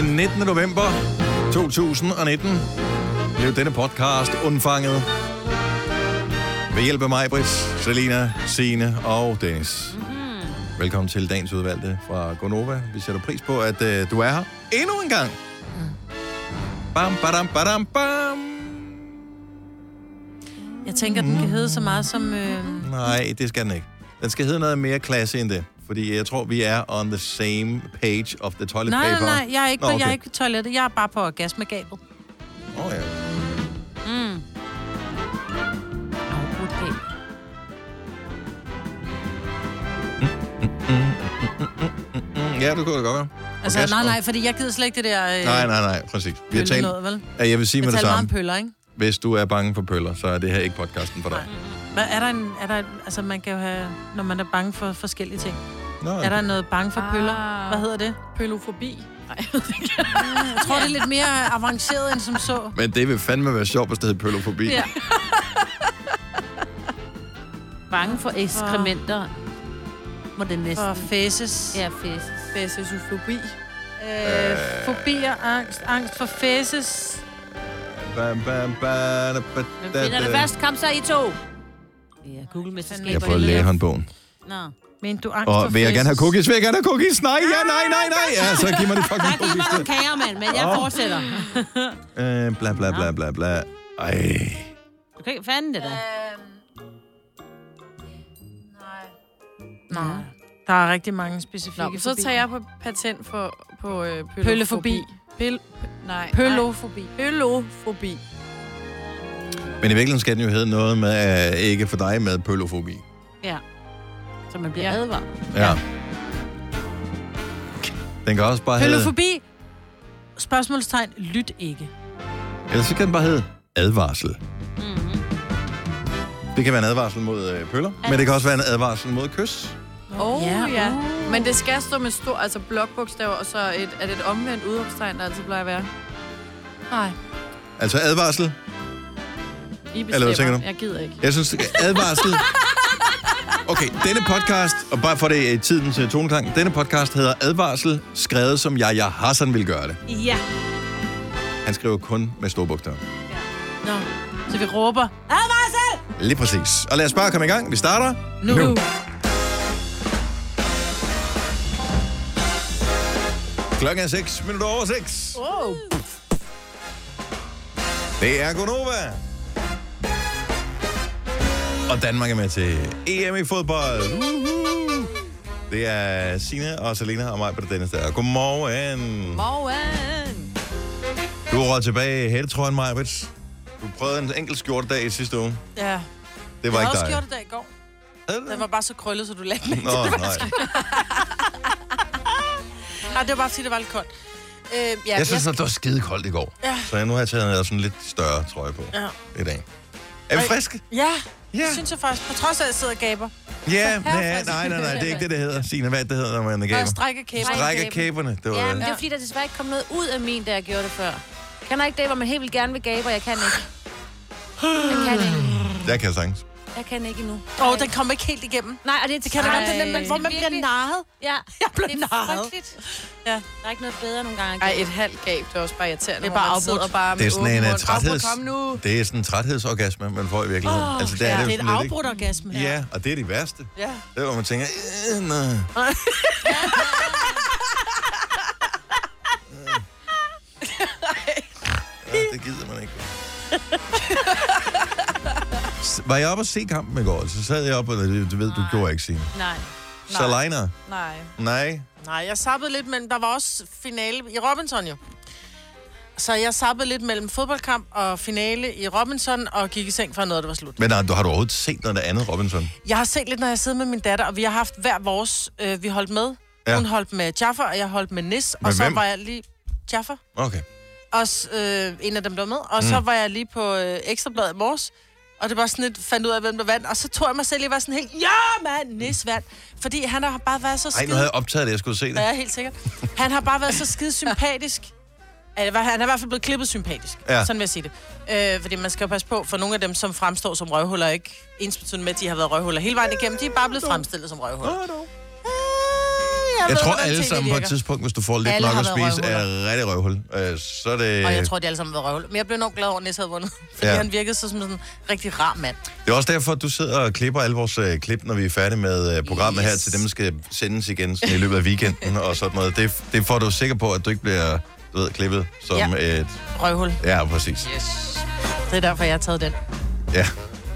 Den 19. november 2019 blev denne podcast undfanget ved hjælp af mig, Britt, Selina, Signe og Dennis. Velkommen til dagens udvalgte fra Gonova. Vi sætter pris på, at du er her endnu en gang. Bam, badam, badam, bam. Jeg tænker, den kan hedde så meget som... Nej, det skal den ikke. Den skal hedde noget mere klasse end det. Fordi jeg tror, vi er on the same page of the toilet paper. Nej, jeg er ikke, jeg er ikke på toilettet. Jeg er bare på orgasmegabet. Åh ja. Ja, du kunne det godt være. Altså, nej, fordi jeg gider slet ikke det der... Nej, præcis. Vi har talt... noget, vel? Ja, jeg vil sige med det samme. Meget om pøller, ikke? Hvis du er bange for pøller, så er det her ikke podcasten for dig. Hvad er der altså, man kan jo have, når man er bange for forskellige ting. Nå, Er der noget bange for pøller? Hvad hedder det? Pøllofobi? Nej, Jeg tror, det er lidt mere avanceret end som så. Men det vil fandme være sjovt, hvis det hedder pøllofobi. Ja. Bange for ekskrementer. Må det næsten. For fæses. Ja, fæses. Fæsesofobi. Fobier, angst for fæses. Bam, bam, bam, Hvem finder det først? Kom så, I to. Ja, Google-mesterskaber. Jeg får lægehåndbogen. Nå. Men du angst for Og vil jeg gerne have cookies? Vil jeg gerne have cookies? Nej, ja, nej. Ja, så giv mig det fucking Der giver mig nogle kager, mand, men jeg fortsætter. Bla, bla, bla, bla, bla. Ej. Du kan ikke fande det der. Nej. Der er rigtig mange specifikke Nå, så tager jeg på patent på Pøllefobi. Pøllofobi. Pøllofobi. Men i virkeligheden skal den jo hedde noget med, ikke for dig, med pøllofobi. Ja. Så man bliver advaret. Ja. Den kan også bare hedde... Pøllefobi. Spørgsmålstegn. Lyt ikke. Ellers så kan den bare hedde advarsel. Det kan være en advarsel mod pøller, men det kan også være en advarsel mod kys. Ja. Men det skal stå med stor, altså blokbogstaver, og så er det et omvendt udråbstegn, der altid plejer at være. Nej. Altså advarsel. I bestemmer. Eller hvad tænker du? Jeg gider ikke. Jeg synes, advarsel... Okay, denne podcast, og bare for det i tidens toneklang, denne podcast hedder Advarsel, skrevet som Yahya Hassan vil gøre det. Ja. Han skriver kun med store bogstaver. Nå. Så vi råber. Advarsel! Lige præcis. Og lad os bare komme i gang. Vi starter nu. Klokken er 6:06. Wow. Det er Gonova. Og Danmark er med til EM i fodbold. Det er Signe og Selina og mig på det denne sted. Godmorgen. Morgen. Du har råd tilbage i hættetrøjen, Majbrit. Du prøvede en enkelt skjortedag i sidste uge. Ja. Det var jeg ikke havde dig. også gjort det der i går. Den var bare så krøllet, så du lagde den. Nå, nej. Nej, det var bare fordi, det var lidt koldt. Jeg synes, det var skide koldt i går. Ja. Så nu har jeg taget sådan lidt større trøje på i dag. Er vi friske? Ja, Ja. det synes jeg faktisk. På trods af, at jeg sidder og gaber. Ja, nej, det er ikke det hedder. Signe, hvad det hedder, når man er Og gaber? jeg strækker kæber. Strækker kæberne. Det var, Ja, men det er fordi, der desværre ikke kom noget ud af min, da jeg gjorde det før. Jeg kan ikke det, hvor man helt vil gerne vil gabe, og jeg kan ikke. Jeg kan sagtens. Jeg kan ikke endnu. Den kom ikke helt igennem. Nej, og det Det kan da godt den, men hvor man bliver narret. Ja, Jeg blev det er narret. frygteligt. Ja. Der er ikke noget bedre nogle gange. Ej, et halvt gab, det er også bare irriterende. Det er bare hvor man sidder afbrudt. bare Det er sådan en trætheds... Kom nu. Det er sådan en træthedsorgasme, man får i virkeligheden. Altså, Det er jo et sådan lidt, afbrudt orgasme. ikke? Ja, og det er det værste. Ja. Det er, hvor man tænker, nej. Ja, det gider man ikke. Var jeg oppe og se kampen i går? Så sad jeg op, og det ved du gjorde ikke, Signe. Nej. Salina? Nej. Nej. Nej, jeg sappede lidt, men der var også finale i Robinson jo. Så jeg sappede lidt mellem fodboldkamp og finale i Robinson, og gik i seng før noget, der var slut. Men har du overhovedet set noget andet, Robinson? Jeg har set lidt, når jeg sidder med min datter, og vi har haft hver vores. Vi holdt med. Ja. Hun holdt med Jaffer, og jeg holdt med Nis. Med Og så hvem? var jeg lige... Jaffer. Okay. Også en af dem, der var med. Og så var jeg lige på Ekstrabladet i morges. Og det var sådan lidt, fandt ud af, hvem der vandt. Og så tog jeg mig selv lige var sådan helt, ja mand, Nis vandt. Fordi han har bare været så Ej, skide... nu havde jeg optaget det, jeg skulle se det. Ja, helt sikkert. Han har bare været så skide sympatisk. Han er i hvert fald blevet klippet sympatisk. Ja. Sådan vil jeg sige det. Fordi man skal jo passe på, for nogle af dem, som fremstår som røvhuller, ikke ensbetydende med, at de har været røvhuller hele vejen igennem. De er bare blevet fremstillet som røvhuller. Jeg tror hvordan alle tingene sammen på et virker. tidspunkt, hvis du får lidt Alle nok har at været spise, er rigtig røvhul. Så er det... Og jeg tror, de alle sammen har været røvhul. Men jeg blev nok glad over, at Nisse havde vundet. Fordi han virkede så som sådan en rigtig rar mand. Det er også derfor, at du sidder og klipper alle vores klip, når vi er færdige med programmet her, til dem skal sendes igen sådan i løbet af weekenden og sådan noget. Det får du sikker på, at du ikke bliver, du ved, klippet som et... Røvhul. Ja, præcis. Yes. Det er derfor, jeg har taget den. Ja.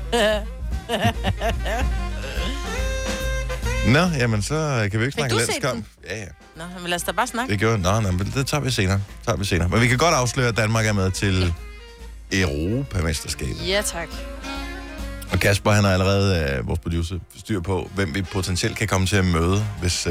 Nå, jamen så kan vi ikke snakke landskamp. Ja. Nå, men lad os da bare snakke. Det gjorde nej, men det tager vi senere. Men vi kan godt afsløre, at Danmark er med til Europamesterskabet. Ja, tak. Og Kasper, han har allerede, vores producer, styr på, hvem vi potentielt kan komme til at møde, hvis... Så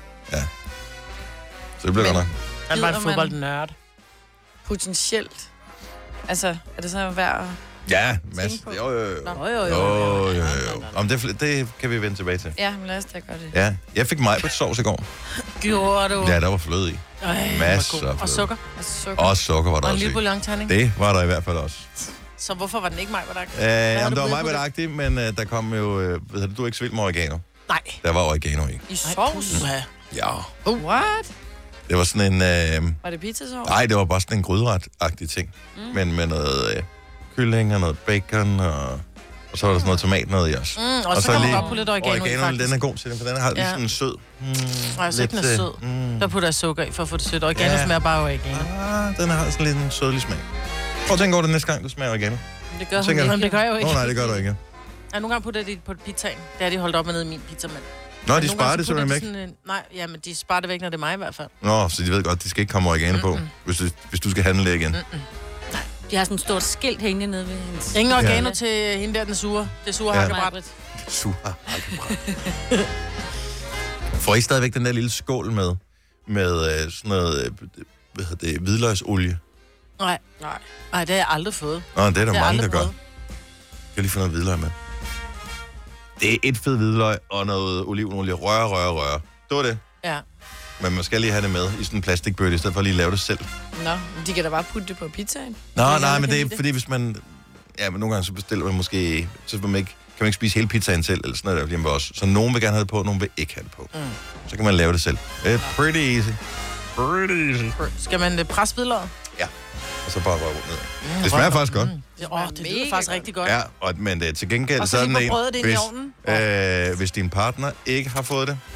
det bliver godt nok. Han var en fodboldnørd. Potentielt. Altså, er det så værd at... Ja, Mads. Jo. Om det kan vi vende tilbage til. Ja, men lad os da gøre det. Ja, jeg fik majbert-sovs i går. Gjorde du? Ja, der var fløde i. Masser af Og fløde. sukker. Og sukker var der Og en også lille i. bouillon-terning. Det var der i hvert fald også. Så hvorfor var den ikke mig, Jamen, der var majbert-agtigt, men der kom jo... du er ikke svild med oregano. Nej. Der var oregano i. I sovs? Ja. What? Det var sådan en... Var det pizzasovs? Nej, det var bare sådan en gryderet-agtig ting. Men med noget kylling og noget bacon, og så var der sådan noget tomat noget i os. Og så kan man godt putte lidt oregano i, faktisk. Den er god til det, for den har lige sådan en sød. Nej, så ikke noget sød. Der putter jeg sukker i, for at få det sødt. Oregano smager bare oregano. Den har sådan lidt en sødlig smag. Prøv at tænke over det næste gang, du smager oregano. Det gør hun ikke. Det gør jeg jo ikke. Nej, det gør du ikke. Jeg nogle gange putter det på pizzaen. Det har de holdt op med nede i min pizzamand. Nå, de sparer det simpelthen væk? Nej, ja, men de sparer det væk, når det er mig i hvert fald. Nå, så de ved godt, de skal ikke komme oregano på, hvis du skal handle det igen. Nej, de har sådan et stort skilt hængende nede ved hendes... Ingen oregano til hende der, den sure. Det sure hakkebræt. Sure hakkebræt. Får I stadigvæk den der lille skål med sådan noget, hvidløgsolie? Nej, det har jeg aldrig fået. Nå, det er der mange, der gør. Jeg kan lige få noget hvidløg med. Det er et fed hvidløg og noget olivenolie. Røre. Det var det. Ja. Men man skal lige have det med i sådan en plastikbøtte, i stedet for at lige lave det selv. Nå, de kan da bare putte det på pizzaen. Nej, men det er fordi, hvis man... Ja, men nogle gange så bestiller man måske... Så kan man ikke spise hele pizzaen selv, eller sådan noget der hjemme også. Så nogen vil gerne have det på, nogen vil ikke have det på. Så kan man lave det selv. Pretty easy. Skal man presse hvidløget? Ja. Og så bare røre rundt ned. Det smager faktisk godt. Det lyder faktisk rigtig godt. Ja, men det er til gengæld og så sådan en... brødet ind i ovnen. Hvis din partner ikke har fået det,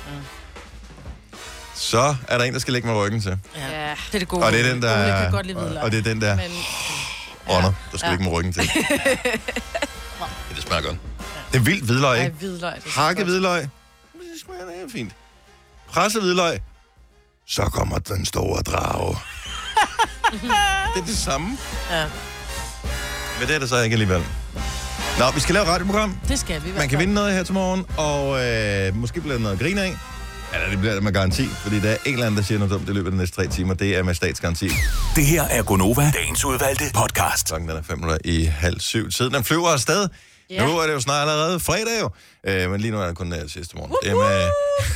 så er der en, der skal lægge med ryggen til. Ja, det er det gode. Og det er den, der... kan godt lide hvidløg. Og det er den, der... ånder, der skal lægge med ryggen til. Det smager godt. Det er vildt hvidløg, ikke? Hvidløg. Hakke hvidløg. Det smager fint. Presse hvidløg. Så kommer den store drage. Det er det samme. Ja. Men det er det så ikke alligevel. Nå, vi skal lave et radioprogram. Det skal vi. Man kan vinde noget her til morgen, og måske bliver der noget grin af. Eller det bliver der med garanti, fordi der er en eller anden, der siger noget dumt i løbet af de næste 3 timer. Det er med statsgaranti. Det her er Gonova, dagens udvalgte podcast. Klokken er 5:05. Tiden den flyver afsted. Ja. Nu er det jo snart allerede fredag jo. Men lige nu er det kun sidste morgen. Det er med...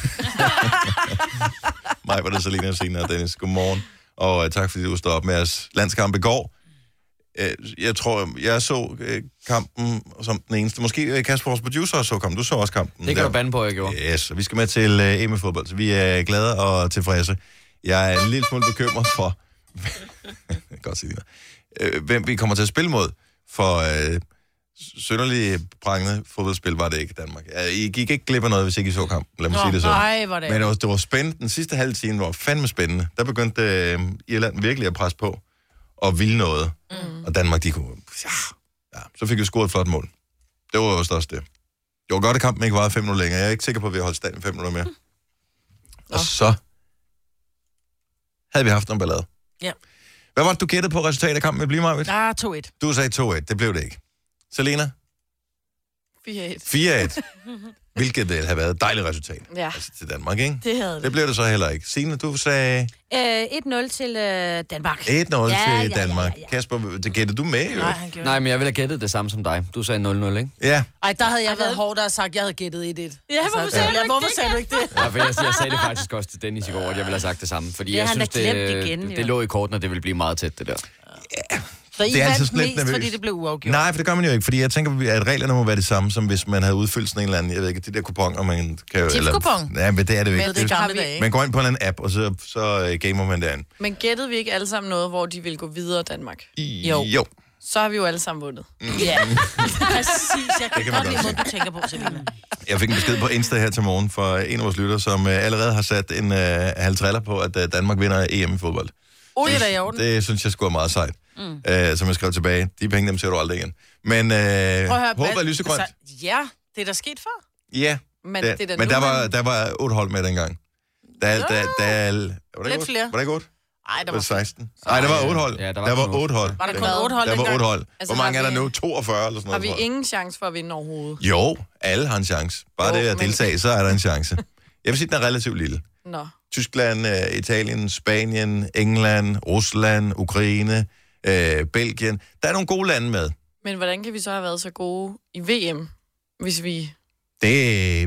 Mig var det Selina, Signe og Dennis. Godmorgen. Og tak fordi du stod op med os. Landskamp i går. Jeg tror, jeg så kampen som den eneste. Måske Kasper, vores producer, så kampen. Du så også kampen. Det kan du bande på, jeg gjorde. Yes, og vi skal med til EM-fodbold, så vi er glade og tilfredse. Jeg er en lille smule bekymret for... Godt sige det. Hvem vi kommer til at spille mod. For synderlige prangende fodboldspil var det ikke i Danmark. I gik ikke glip af noget, hvis ikke I så kampen. Lad mig sige det så. Nej, var det. Men det var spændende. Den sidste halve time var fandme spændende. Der begyndte Irland virkelig at presse på og ville noget. Og Danmark, de kunne... Ja, så fik vi scoret et flot mål. Det var jo også det. Det var godt, at kampen ikke varede 5 minutter længere. Jeg er ikke sikker på, at vi har holdt stand 5 minutter mere. Og så havde vi haft en ballade. Ja. Hvad var det, du gættede på resultatet af kampen med blive, Marvitt? 2-1. Du sagde 2-1. Det blev det ikke. Selena? 4-1. 4-1. Hvilket ville have været et dejligt resultat. Ja. Altså til Danmark, ikke? Det havde det. Det blev det så heller ikke. Signe, du sagde... 1-0 til Danmark. 1-0 til Danmark. Kasper, det gættede du med, jo? Nej, men jeg ville have gættet det samme som dig. Du sagde 0-0, ikke? Ja. Ej, der havde jeg været hård, der sagt, at jeg havde gættet 1-1. Ja, hvorfor sagde du ikke det? Ja, for jeg sagde det faktisk også til Dennis i går, at jeg ville have sagt det samme. Fordi jeg synes, det lå i korten, og det ville blive meget tæt, det der. Ja. Så I Det er altid vandt sådan lidt mest, nervøs. fordi det blev uafgjort? Nej, for det gør man jo ikke, fordi jeg tænker, at reglerne må være det samme, som hvis man havde udfyldt sådan en eller anden, jeg ved ikke, de der kuponer, man kan jo... Tipskupon? Ja, men det er det jo Men ikke. det er gamle dage, ikke? Man går ind på en eller anden app, og så gamer man derinde. Men gættede vi ikke alle sammen noget, hvor de ville gå videre Danmark? Jo. Så har vi jo alle sammen vundet. Ja, præcis. Jeg kan kan man godt lide godt måde, du tænker på, Selina. Jeg fik en besked på Insta her til morgen fra en af vores lytter, som allerede har sat en halvtræller på, at Danmark vinder EM i fodbold. Det er da i orden. Det synes jeg sgu er meget sejt. Som jeg skrev tilbage. De penge, dem ser du aldrig igen. Men Prøv at høre, håber er lysegrønt. Altså, ja, det er der sket før. Ja, Men, det er da men nu, der var 8 hold med dengang. Var det Lidt flere. Var det ikke 8? Nej, der Var var det 16? Nej, der var 8 hold. Ja, der var 8 hold. Var der kun 8 hold Der var dengang? 8 hold. Altså, Hvor mange er har der vi- nu? 42 eller sådan Har noget? vi tror jeg. ingen chance for at vinde overhovedet? Jo, alle har en chance. Bare Jo, det at men- deltage, så er der en chance. Jeg vil sige, den er relativt lille. Nå. Tyskland, Italien, Spanien, England, Rusland, Ukraine, Belgien. Der er nogle gode lande med. Men hvordan kan vi så have været så gode i VM, hvis vi... Det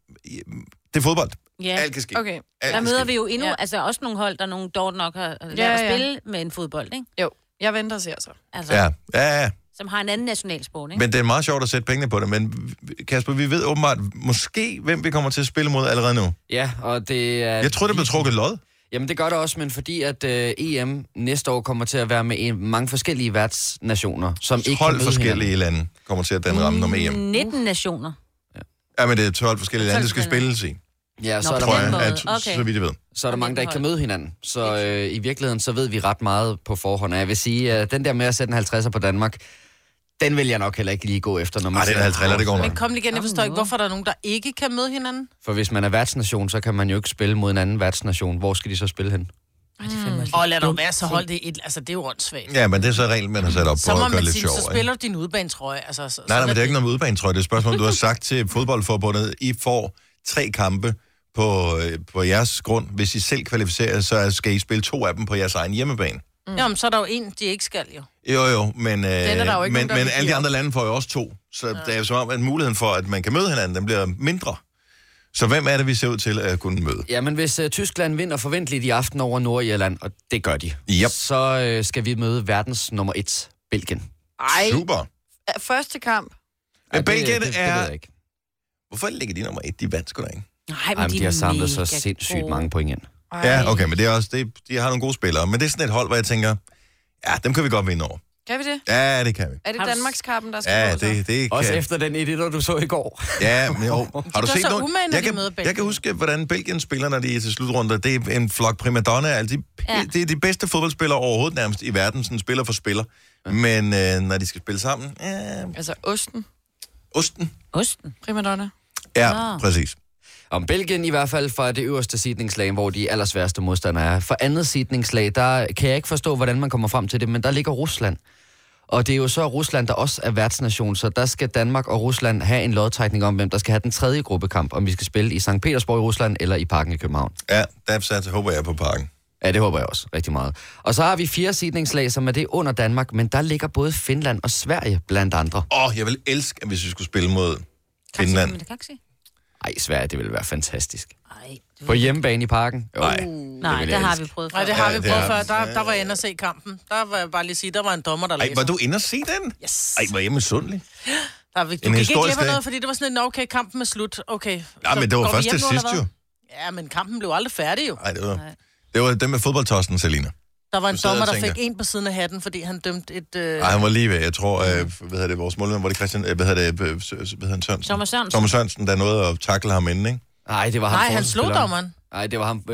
er fodbold. Ja. Alt kan ske. Okay. Alt Der kan møder ske. vi jo endnu, Ja. altså også nogle hold, der nogle dårligt nok har lært at spille med en fodbold, ikke? Jo, jeg venter og ser så. Altså, Ja. som har en anden nationalsport, ikke? Men det er meget sjovt at sætte pengene på det. Men Kasper, vi ved åbenbart måske, hvem vi kommer til at spille mod allerede nu. Ja, og det er... Jeg tror, det blev trukket lod. Jamen, det gør det også, men fordi at EM næste år kommer til at være med mange forskellige værtsnationer, som ikke kan 12 møde forskellige hinanden. lande kommer til at danne rammen om EM. 19 nationer. Ja, men det er 12 forskellige lande, der skal 12 spilles i. Ja, så Nå, er der Tror på jeg, den mange, måde. Okay. så vidt jeg ved. så er der mange, der ikke kan møde hinanden. Så i virkeligheden, så ved vi ret meget på forhånd. Og jeg vil sige, at den der med at sætte en 50'er på Danmark, den vil jeg nok heller ikke lige gå efter, når man Nej, det er en 50'er, det går nok. Men kom lige igen, jeg forstår ikke, hvorfor der er nogen, der ikke kan møde hinanden. For hvis man er værtsnation, så kan man jo ikke spille mod en anden værtsnation. Hvor skal de så spille hen? Og lad dog være, så hold det et. Altså, det er jo åndssvagt. Ja, men det er så reglen, man har sat op Så på må at gøre man lidt sige, sjov. så ikke? spiller du din udbanetrøje. Altså, Nej, men det er ikke noget med udbanetrøje. Det er et spørgsmål, du har sagt til fodboldforbundet. I får 3 kampe på jeres grund. Hvis I selv kvalificerer, så skal I spille 2 af dem på jeres egen hjemmebane. Jamen, så er der jo en, de ikke skal jo. Jo, men, er der jo ikke men nogen, der vil alle de give andre lande får jo også 2. Så det er jo som om, at muligheden for, at man kan møde hinanden, den bliver mindre. Så hvem er det, vi ser ud til at kunne møde? Jamen, hvis Tyskland vinder forventeligt i aften over Nordirland, og det gør de, Yep. så skal vi møde verdens nummer 1, Belgien. Ej, Super. første kamp. Men Belgien det ved er... jeg ikke. Hvorfor ligger de nummer 1? De vandt sgu da ikke. Nej, Jamen, de har samlet så mega sindssygt gode. mange point ind. Ej. Ja, okay, men det er også, de har nogle gode spillere. Men det er sådan et hold, hvor jeg tænker, ja, dem kan vi godt vinde over. Kan vi det? Ja, det kan vi. Er det Har du- Danmarkskampen, der skal Ja, på så? det Også kan... efter den 1 du så i går. Ja, men jo. Har du gør set så noget? umage, når de møder Belgien. Jeg kan huske, hvordan Belgien spiller, når de er til slutrunder. Det er en flok primadonna. Altså, Ja. det er de bedste fodboldspillere overhovedet nærmest i verden, sådan spiller for spiller. Men når de skal spille sammen, Altså osten, osten. Osten. primadonna. Ja, Nå. præcis. Om Belgien i hvert fald fra det øverste seedningslag, hvor de allersværeste modstandere er. For andet seedningslag, der kan jeg ikke forstå, hvordan man kommer frem til det, men der ligger Rusland. Og det er jo så Rusland, der også er værtsnation, så der skal Danmark og Rusland have en lodtrækning om, hvem der skal have den 3. gruppekamp, om vi skal spille i St. Petersborg i Rusland eller i Parken i København. Ja, der håber jeg på Parken. Ja, det håber jeg også rigtig meget. Og så har vi 4 seedningslag, som er det under Danmark, men der ligger både Finland og Sverige blandt andre. Jeg vil elske, hvis vi skulle spille mod Kan Finland. det kan ikke se. Ej, Sverige, det ville være fantastisk. Ej, På hjemmebane i Parken? Jo. Nej. nej, vil det jeg har elske. vi prøvet før. Nej, det har Ja, vi det prøvet har før. vi. Der var jeg inde og se kampen. Der var jeg bare lige sige, der var en dommer, der Ej, læser. var du inde og se den? Yes. Ej, var jeg misundelig? Du gik ikke historisk glip af dag. noget, fordi det var sådan en, okay, kampen er slut. Okay. Nej, så men det var går vi først hjem til nu, eller sidst hvad? jo. Ja, men kampen blev aldrig færdig jo. Nej, det var dem med fodboldtosten, Selina. Der var en Du sidder dommer, og der tænker. fik en på siden af hatten, fordi han dømte et... Nej, han var lige ved. Jeg tror, vores målmand, var det Christian, Sørensen? Thomas Sørensen. Thomas Sørensen, der nåede at tackle ham inden, ikke? Nej, det var ham Nej, han slog forsvarsspilleren. dommeren. Nej, det var ham,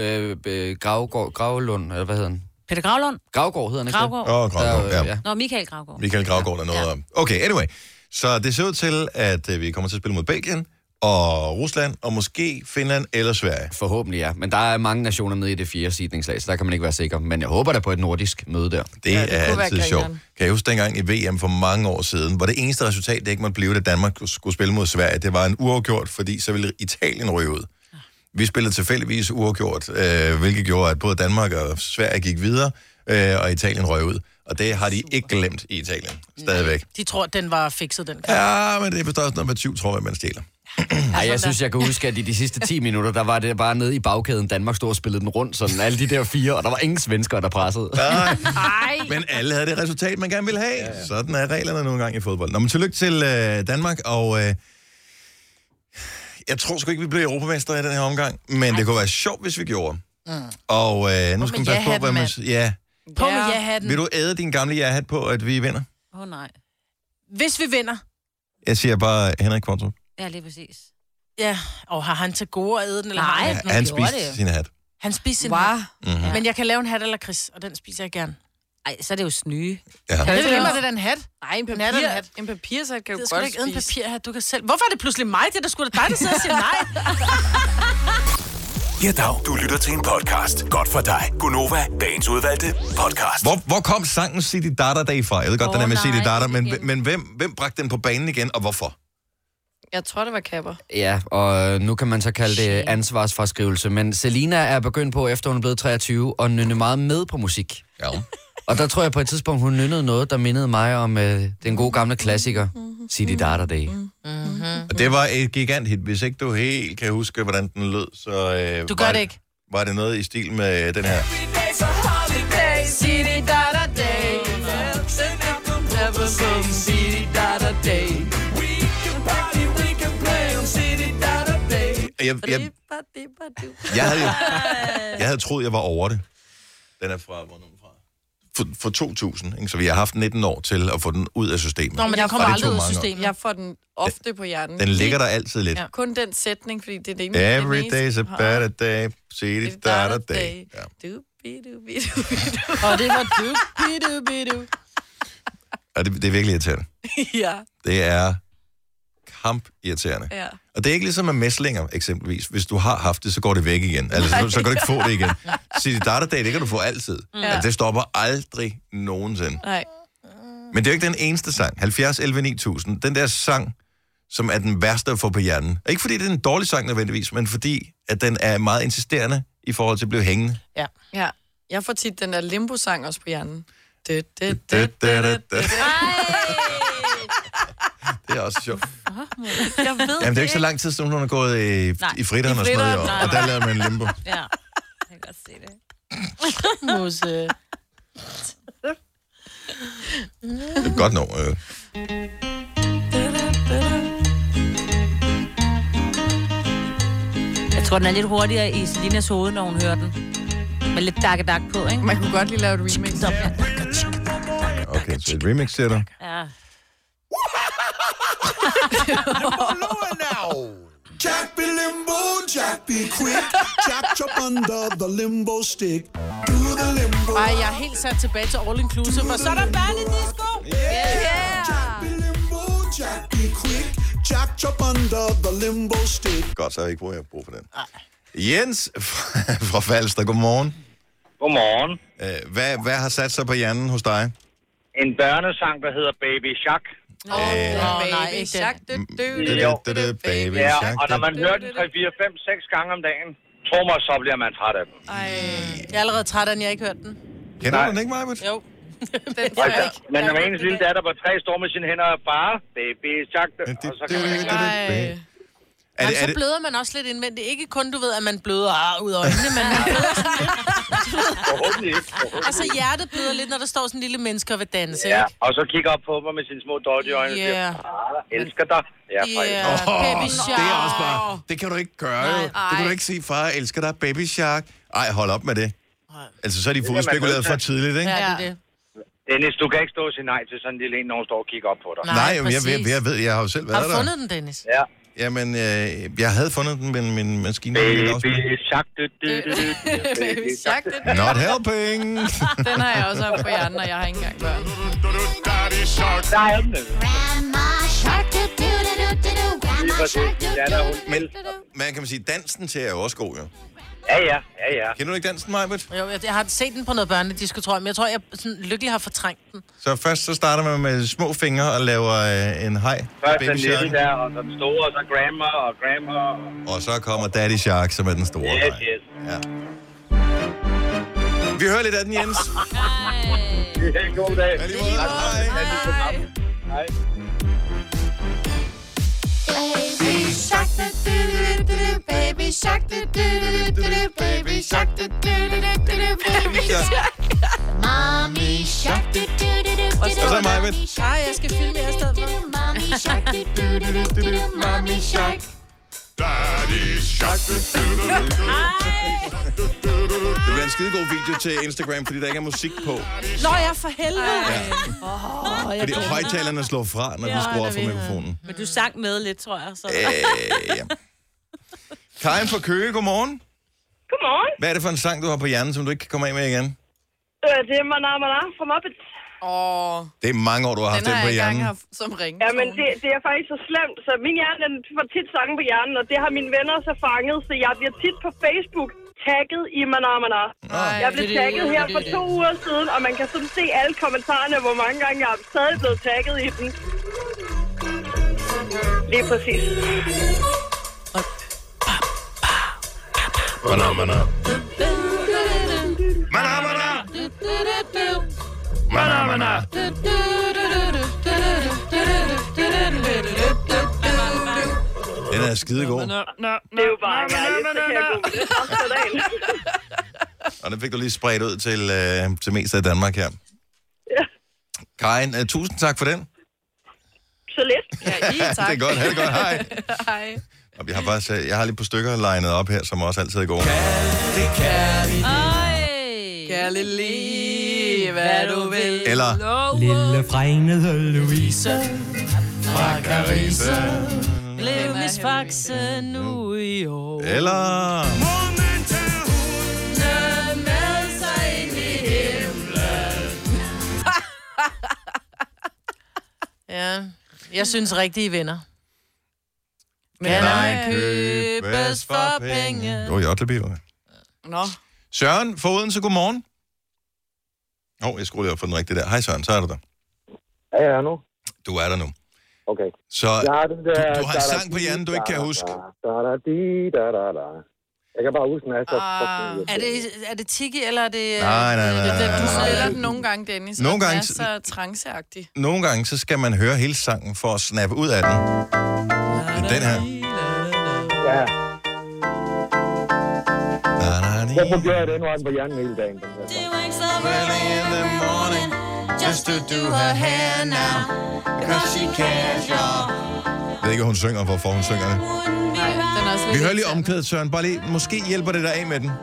Gravlund, eller hvad hedder han? Peter Gravlund. Gravgaard hedder han ikke Gravgaard. Gravgaard, Der, ja. Nå, Michael Gravgaard. Michael Gravgaard, der nåede at... Okay, anyway. Så det ser ud til, at vi kommer til at spille mod Belgien og Rusland, og måske Finland eller Sverige. Forhåbentlig, ja. Men der er mange nationer med i det 4. seedningslag, så der kan man ikke være sikker. Men jeg håber da på et nordisk møde der. Det Ja, er det kunne være altid sjovt. grineren. Kan jeg huske dengang i VM for mange år siden, hvor det eneste resultat, det ikke måtte blive, at Danmark skulle spille mod Sverige, det var en uafgjort, fordi så ville Italien ryge ud. Vi spillede tilfældigvis uafgjort, hvilket gjorde, at både Danmark og Sverige gik videre, og Italien røg ud. Og det har de ikke glemt i Italien. Stadigvæk. De tror, den var fikset, den kamp. Ja, men det er forstås noget med 20, tror jeg, man stjæler. Ej, jeg synes, jeg kan huske, at i de sidste 10 minutter, der var det bare nede i bagkæden. Danmark stod og spillede den rundt, sådan alle de der 4, og der var ingen svenskere, der pressede. Nej. Men alle havde det resultat, man gerne ville have. Ja. Sådan er reglerne nogle gange i fodbold. Nå, men tillykke til Danmark, og jeg tror sgu ikke, vi bliver europamestre i den her omgang, men det kunne være sjovt, hvis vi gjorde. Og nu skal man passe på, hvad man... Ja. På med ja-hatten. Vil du æde din gamle ja-hat på, at vi vinder? Nej. Hvis vi vinder. Jeg siger bare Henrik Kvartrup. Ja, lige præcis. Ja, og har han til gode at æde den? Eller Nej, Ja, han spiste sin hat. Han spiser sin hat. Mm-hmm. Men jeg kan lave en hat eller Chris, og den spiser jeg gerne. Ej, så er det jo snyge. Ja. Det er jo det, den hat. Nej, en papirsat kan jo Det godt er ikke en spise. papirhat, du kan selv... Hvorfor er det pludselig mig? Det er da sgu da dig, der sidder og siger nej. Ja, dag. Du lytter til en podcast. Godt for dig. Gunova, dagens udvalgte podcast. Hvor kom sangen City Data Day fra? Jeg ved godt, den er med City Data, men hvem bragte den på banen igen, og hvorfor? Jeg tror, det var kapper. Ja, og nu kan man så kalde det ansvarsfraskrivelse, men Selina er begyndt på, efter hun er blevet 23, at nynne meget med på musik. Ja. Og der tror jeg på et tidspunkt, hun nynnede noget, der mindede mig om den gode gamle klassiker, City Data Day. Og det var et giganthit. Hvis ikke du helt kan huske, hvordan den lød, så... Du gør det ikke. Var det noget i stil med den her? City Data Day. Jeg havde troet, jeg var over det. Den er fra, hvornår fra 2000, ikke? Så vi har haft 19 år til at få den ud af systemet. Nå, men jeg kommer aldrig ud af systemet. Jeg får den ofte på hjernen. Den ligger der altid lidt. Ja. Kun den sætning, fordi det er det ikke Every day's a better day, City Data Day. Ja. Og det var du. Og det er virkelig irriterende. Ja. Det er kampirriterende. Ja. Og det er ikke ligesom med mæslinger, eksempelvis. Hvis du har haft det, så går det væk igen. Altså, så kan du ikke få det igen. City Data Day, det kan du få altid. Altså, det stopper aldrig nogensinde. Nej. Men det er jo ikke den eneste sang. 70, 11, 9000. Den der sang, som er den værste at få på hjernen. Ikke fordi det er en dårlig sang nødvendigvis, men fordi at den er meget insisterende i forhold til at blive hængende. Ja. Jeg får tit den der limbo-sang også på hjernen. Det er også sjovt. Jeg ved Jamen, det er ikke så lang tid, siden hun har gået i fritteren og sådan noget, og der lavede man en limbo. Ja, jeg kan godt se det. Musse. Det er godt nok. Jeg tror, den er lidt hurtigere i Selinas hoved, når hun hører den. Med lidt dak på, ikke? Man kunne godt lige lave et remix. Okay, så et remix, siger du? Ja. Jack be limbo, Jack be quick. Jack jump under the limbo stick. Do the limbo. Ej, jeg er helt sat tilbage til All Inclusive, for så er der børnedisco. Jack be limbo, Jack be quick. Jack jump under the limbo stick. Godt, så har jeg ikke brug for den. Jens fra Falster, godmorgen. Godmorgen. Hvad har sat sig på hjernen hos dig? En børnesang, der hedder Baby Shark. Nej, ikke den. Baby Ja, Shark. og når man hører den 3, 4, 5, 6 gange om dagen, tror mig, så bliver man træt af den. Jeg er allerede træt af den, jeg har ikke hørt den. Kender du den ikke, Majbert? Jo. Men når ens lille datter på 3 står med sine hænder og far, Baby Shark, og så kan man ikke Jamen, så bløder man også lidt indvendigt. Ikke kun, du ved, at man bløder ud af øjnene, men man bløder sådan lidt. Og så hjertet bløder lidt, når der står sådan en lille menneske og vil danse, Ja, ikke? og så kigger op på mig med sine små dodgy øjne og siger, elsker dig. Ja, Baby Shark. Det er også bare... Det kan du ikke gøre, jo. Det kan du ikke sige, far, jeg elsker dig, Baby Shark. Ej, hold op med det. Altså, så er de fodspekuleret for tidligt, ikke? Ja, det er det. Dennis, du kan ikke stå og sige nej til sådan en lille en, når hun står og kigger op på dig. Nej, jeg ved, jeg har jo selv været der. Har du fundet den, Dennis? Ja. Jamen, jeg havde fundet den, men min maskine... Baby Shark, Baby Shark, Not helping! Den har jeg også haft på hjernen, og jeg har ikke engang børn. Der er den. Grandma Shark, Grandma Shark, Men man kan man sige, dansen til er jo også god, jo. Ja. Kender du ikke dansen, Majbert? Jo, jeg har set den på noget børnedisco, tror jeg, men jeg tror, jeg sådan lykkelig har fortrængt den. Så først så starter man med små fingre og laver en hej. Først Baby den Shark. lille der, og så den store, og så grandma. Og så kommer Daddy Shark, som er den store. Yes. Ja. Vi hører lidt af den, Jens. God dag. Ja, lige måde. Hej. Hej. Baby shark, baby shark, baby shark, baby shark. Mommy shark, Og så er mig, Britt. Ej, jeg skal filme jer i stedet for. mommy shark, mommy shark. Daddy shark. Det bliver en skidegod video til Instagram, fordi der ikke er musik på. Nå, jeg for helvede. Fordi højtalerne slår fra, når vi skruer op for mikrofonen. Men du sang med lidt, tror jeg. Så. Ja. Karin fra Køge, godmorgen. Godmorgen. Hvad er det for en sang, du har på hjernen, som du ikke kan komme af med igen? Det er Mana Mana fra Muppets. Det er mange år, du har haft den på hjernen. haft som ring. Ja, men det er faktisk så slemt. Så min hjerne, den får tit sange på hjernen, og det har mine venner så fanget, så jeg bliver tit på Facebook tagget i Mana Mana. Jeg blev tagget her for 2 uger siden, og man kan sådan se alle kommentarerne, hvor mange gange jeg er stadig blevet tagget i den. Lige præcis. Mana, mana. Mana, mana. Mana, mana. Den er skidegod. Det er jo bare herligt, så kan jeg gå med det resten af dagen. Og den fik du lige spredt ud til mest af Danmark her. Ja. Karin, tusind tak for den. Så lidt. Ja, tak. Det er godt. Ha' det godt. Hej. Hej. Og vi har faktisk, jeg har lige et par stykker legnet op her, som også altid er gode. Kærlig lige, hvad du vil. Eller Lille fregnede Louise fra Carissa. Blev Miss Faxe nu i år. Eller Med sig ind i himlen. Ja, jeg synes rigtige venner. kan ej købes for penge. Jo, Jotlebiver. Nå. Søren fra Odense, godmorgen. Jeg skulle lige op for den rigtige der. Hej Søren, så er du der. Er jeg her nu? Du er der nu. Okay. Så du har en sang på hjernen, du ikke kan huske. Jeg kan bare huske, den er så... Er det Tiki, eller er det... Nej. Du spiller den nogle gange, Dennis. Nogle gange... Den er så tranceagtig. Nogle gange, så skal man høre hele sangen for at snappe ud af den. Den her. Ja. Hvorfor gør jeg den på hjernen hele dagen? Just to do her hair now, because she cares, y'all. Jeg ved ikke, hun synger, hvorfor hun synger det. Nej, den er også Vi hører lige omkvædet, Søren. Bare lige, måske hjælper det dig af med den.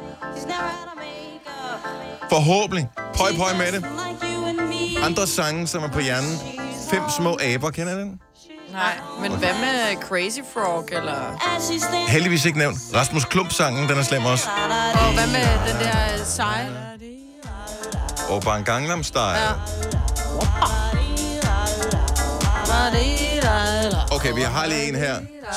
Forhåbentlig. Pøj med det. Andre sange, som er på hjernen. 5 små aber, kender den? Nej, men hvad med Crazy Frog, eller... Heldigvis ikke nævnt. Rasmus Klump-sangen, den er slem også. Og hvad med den der seje? Og bare en Gangnam Style. Ja. Okay, vi har lige en her,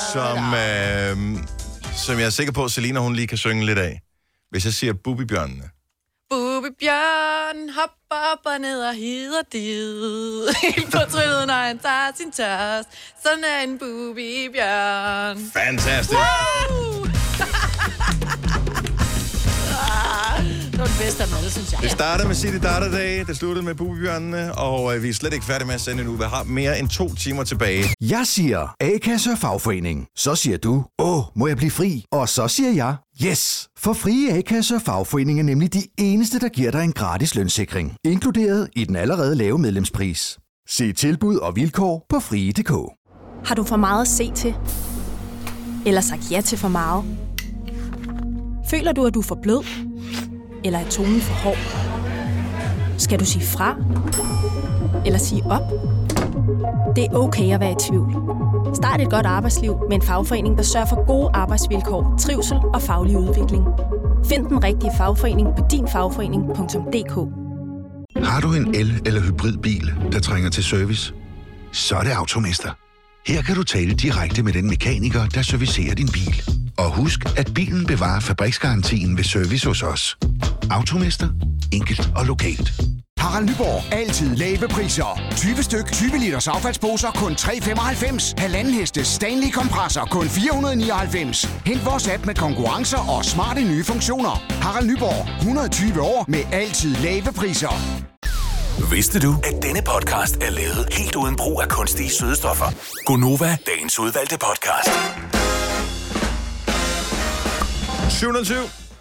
som jeg er sikker på, at Selina, hun lige kan synge lidt af. Hvis jeg siger Bubibjørnene. Bubibjørn hopper op og ned og hider dit. Helt på tryllet, når han tager sin tørst. Sådan er en bubibjørn. Fantastisk. Det var det bedste af dem alle, synes jeg. Det starter med City Data Day, det sluttede med Bubibjørnene, og vi er slet ikke færdige med at sende nu. Vi har mere end 2 timer tilbage. Jeg siger A-kasse og fagforening. Så siger du, må jeg blive fri? Og så siger jeg, yes! For frie A-kasse og fagforening er nemlig de eneste, der giver dig en gratis lønssikring. Inkluderet i den allerede lave medlemspris. Se tilbud og vilkår på frie.dk. Har du for meget at se til? Eller sagt ja til for meget? Føler du, at du er for blød? Eller er tonen for hård? Skal du sige fra? Eller sige op? Det er okay at være i tvivl. Start et godt arbejdsliv med en fagforening, der sørger for gode arbejdsvilkår, trivsel og faglig udvikling. Find den rigtige fagforening på dinfagforening.dk. Har du en el- eller hybridbil, der trænger til service? Så er det Automester. Her kan du tale direkte med den mekaniker, der servicerer din bil. Og husk, at bilen bevarer fabriksgarantien ved service hos os. Automester. Enkelt og lokalt. Harald Nyborg. Altid lave priser. 20 styk, 20 liters affaldsposer kun 3,95. Halvanden heste Stanley kompresser kun 499. Hent vores app med konkurrencer og smarte nye funktioner. Harald Nyborg. 120 år med altid lave priser. Vidste du, at denne podcast er lavet helt uden brug af kunstige sødestoffer? Gonova, dagens udvalgte podcast. 720.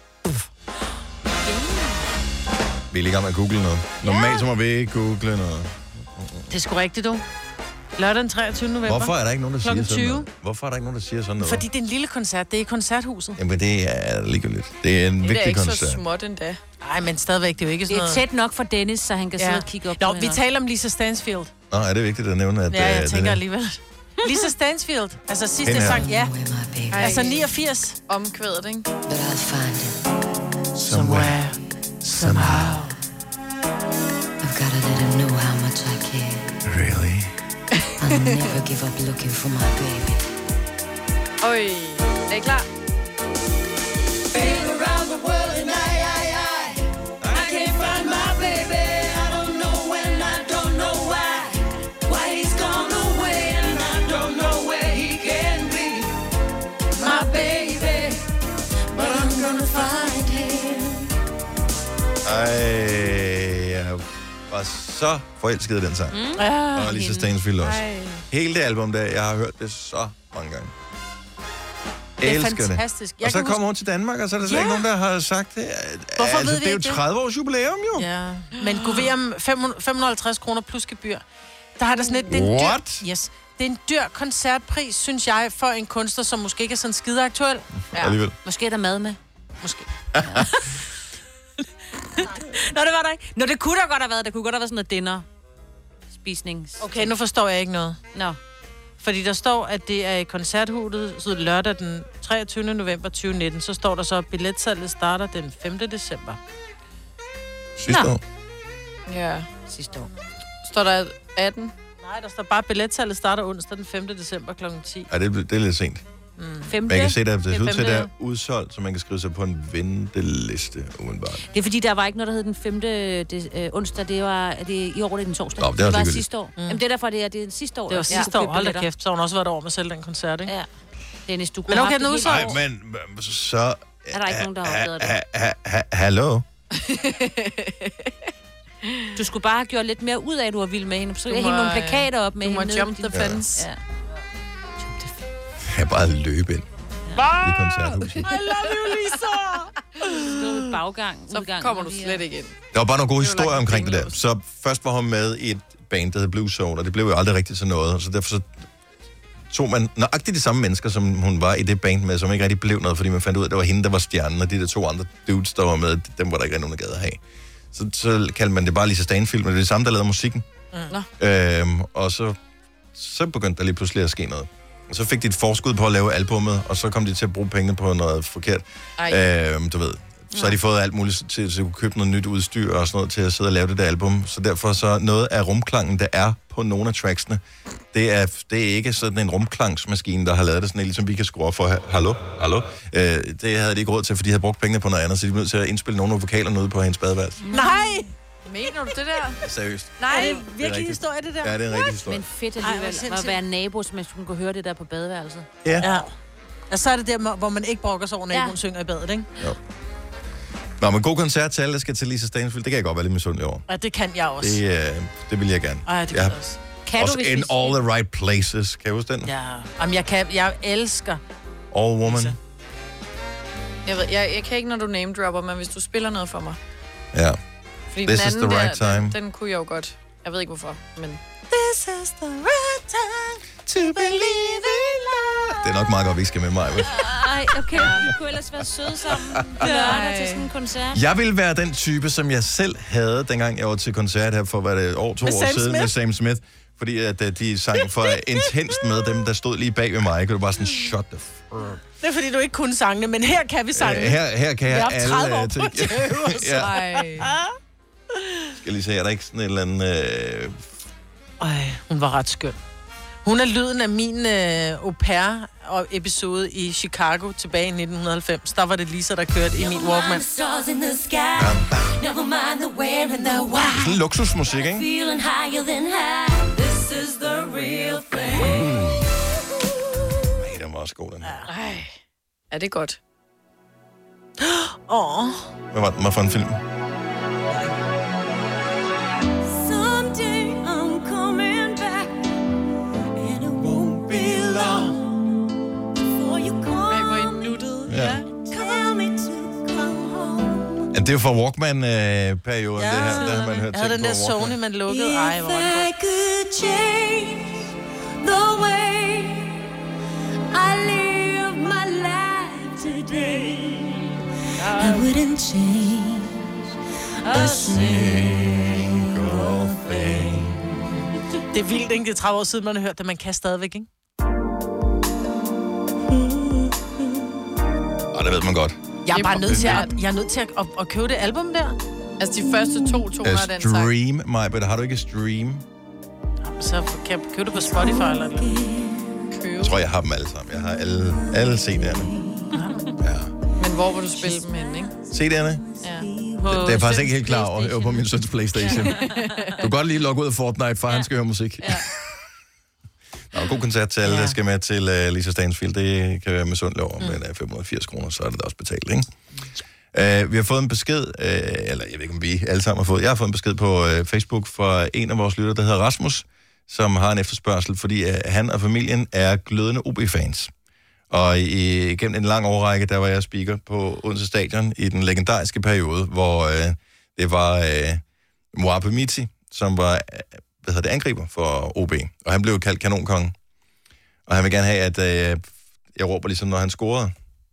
Vi er lige i gang med at google noget. Normalt så må vi ikke google noget. Det er sgu rigtigt, du. Lørdag den 23. november. Hvorfor er der ikke nogen, der siger sådan 20. noget? Hvorfor er der ikke nogen, der siger sådan noget? Fordi det er en lille koncert. Det er i koncerthuset. Jamen, det er ligegyldigt. Det er en vigtig koncert. Det er ikke så småt endda. Nej, men stadigvæk, det er jo ikke sådan noget. Det er tæt nok for Dennis, så han kan sidde og kigge op. Nå, vi taler om Lisa Stansfield. Nå, er det vigtigt at nævne, at... Ja, jeg tænker alligevel. Lisa Stansfield. Altså sidste sang, ja. Altså 89. Omkvædet, ikke? But I'll find it. Somewhere. Somehow. I've gotta let him know how much I care. Really? I'll never give up looking for my baby. Oj, er I klar? Been around the world and I can't find my baby. I don't know when, I don't know why. Why he's gone away and I don't know where he can be. My baby, but I'm gonna find him. Jeg var så forelsket i den sang. Og Lisa Stansfield også. Hele det album der, jeg har hørt det så mange gange. Det er elsker fantastisk. Og så kommer hun til Danmark, og så er der slet ikke nogen, der har sagt det. Hvorfor altså, ved vi det er jo ikke 30 års jubilæum, jo. Ja, men gå ved om 550 kroner plus gebyr. Der har der sådan et... What? Yes. Det er en dyr koncertpris, synes jeg, for en kunstner, som måske ikke er sådan skide aktuel. Ja. Alligevel. Måske er der mad med. Måske. Nå, det var der ikke. Nå, det kunne der godt have været. Det kunne godt have været sådan noget dinner. Spisning. Okay, nu forstår jeg ikke noget. Nå. Fordi der står, at det er i koncerthuset, så lørdag den 23. november 2019. Så står der så, at billetsalget starter den 5. december. Sidste år? Ja. Sidste år. Står der 18? Nej, der står bare, at billetsalget starter onsdag den 5. december kl. 10. Ja, det er lidt sent. Femte? Man kan se, at det ser ud til, at det er femte. udsolgt, så man kan skrive sig på en venteliste, umiddelbart. Det er fordi, der var ikke noget, der hed den 5. onsdag. Det var i år, det er den torsdag. Nå, det er det var også sidste år. Jamen, det er derfor, det er sidste år. Det var sidste år, hold da kæft. Så har hun også været over med selv den koncert, ikke? Ja. Dennis, du Men okay, nu så... Nej, men så... Er der ikke nogen, der har opdaget det? Hallo? Du skulle bare have gjort lidt mere ud af, at du var vild med hende. Så jeg hænge nogle plakater op med hende. Du må jump the fence. Ja. Jeg bare løbe ind i koncerthuset. I love you, Lisa! Stod i baggang, Så udgang, kommer du slet ikke ind. Der var bare nogle gode historier omkring det der. Så først var hun med i et band, der hed Blue Zone, og det blev jo aldrig rigtigt til noget. Så derfor så tog man nøjagtigt de samme mennesker, som hun var i det band med, som ikke rigtig blev noget, fordi man fandt ud af, at det var hende, der var stjernen, og de der to andre dudes, der var med, dem var der ikke rigtig nogen, der gad at have. Så kaldte man det bare Lisa Stansfield, men det er det samme, der lavede musikken. Og så begyndte der lige pludselig at ske noget. Og så fik de et forskud på at lave albummet, og så kom de til at bruge pengene på noget forkert. Du ved. Så har de fået alt muligt til at kunne købe noget nyt udstyr og sådan noget til at sidde og lave det der album. Så derfor så noget af rumklangen, der er på nogle af tracksene, det er ikke sådan en rumklangsmaskine, der har lavet det sådan, ligesom vi kan skrue op for. Hallo? Det havde de ikke råd til, for de havde brugt pengene på noget andet, så de blev nødt til at indspille nogle af vokalerne ude på hendes badeværelse. Nej! Mener du det der? Seriøst. Nej, det er virkelig rigtigt. historie, det der. Ja, det er en rigtig historie. Men fedt alligevel at være nabo, så man skulle kunne høre det der på badeværelset. Ja. Og så er det der, hvor man ikke brokker sig over, naboen synger i badet, ikke? Jo. Nå, men god koncert til alle, der skal til Lisa Stansfield. Det kan jeg godt være lidt misundelig over. Ja, det kan jeg også. Det vil jeg gerne. Ej, det kan jeg også. Kan også du, in all the right places. Kan jeg huske den? Ja. Jamen, jeg elsker... All Woman. Jeg kan ikke, når du name dropper, men hvis du spiller noget for mig. Ja. Fordi This den is anden the right der, time. den kunne jeg jo godt. Jeg ved ikke hvorfor, men... This is the right time to believe in love. Det er nok meget godt, vi skal med mig. Ej, okay. Vi kunne ellers være søde sammen lørdag til sådan en koncert. Jeg ville være den type, som jeg selv havde, dengang jeg var til koncert her for, hvad det, to år siden med Sam Smith. Fordi at de sang for intenst med dem, der stod lige bag ved mig. Det var bare sådan, shut the fuck. Det er fordi, du ikke kunne sangene, men her kan vi sange. Her kan jeg alle... 30 år på det. Skal lige se, er der ikke sådan et eller andet... Hun var ret skøn. Hun er lyden af min au pair-episode i Chicago tilbage i 1990. Der var det Lisa, der kørte i min Walkman. Sådan luksusmusik, ikke? Den var også god, den her. Ej, er det godt? Hvad var den for en film? Men det er jo fra Walkman-perioden, det her. Der har man hørt Jeg havde den der Sony, man lukkede. Ej, hvor var den god. could change the way I live my life today, I wouldn't change a single thing. Det er vildt, ikke? Det er 30 år siden, man har hørt det. Man kan stadigvæk, ikke? Og det ved man godt. Jeg er bare nødt til at købe det album der. Altså de første 2 toner af den sang. Stream, Majbert. Har du ikke Stream? Så kan jeg købe det på Spotify eller noget. Jeg tror, jeg har dem alle sammen. Jeg har alle CD'erne. Men hvor vil du spille dem hen, ikke? CD'erne? Ja. Det er jeg faktisk ikke helt klar over. Jeg var på min søns PlayStation. Du kan godt lige logge ud af Fortnite, for han skal høre musik. Ja. Nå, god koncert til alle, der skal med til Lisa Stansfield. Det kan være med sund over, men 580 kroner, så er det da også betalt, ikke? Vi har fået en besked, eller jeg ved ikke, om vi alle sammen har fået. Jeg har fået en besked på Facebook fra en af vores lyttere, der hedder Rasmus, som har en efterspørgsel, fordi han og familien er glødende OB-fans. Og gennem en lang årrække, der var jeg speaker på Odense Stadion i den legendariske periode, hvor det var Moape Miti, som var angriber for OB. Og han blev kaldt kanonkongen. Og han vil gerne have, at jeg råber ligesom, når han scorede.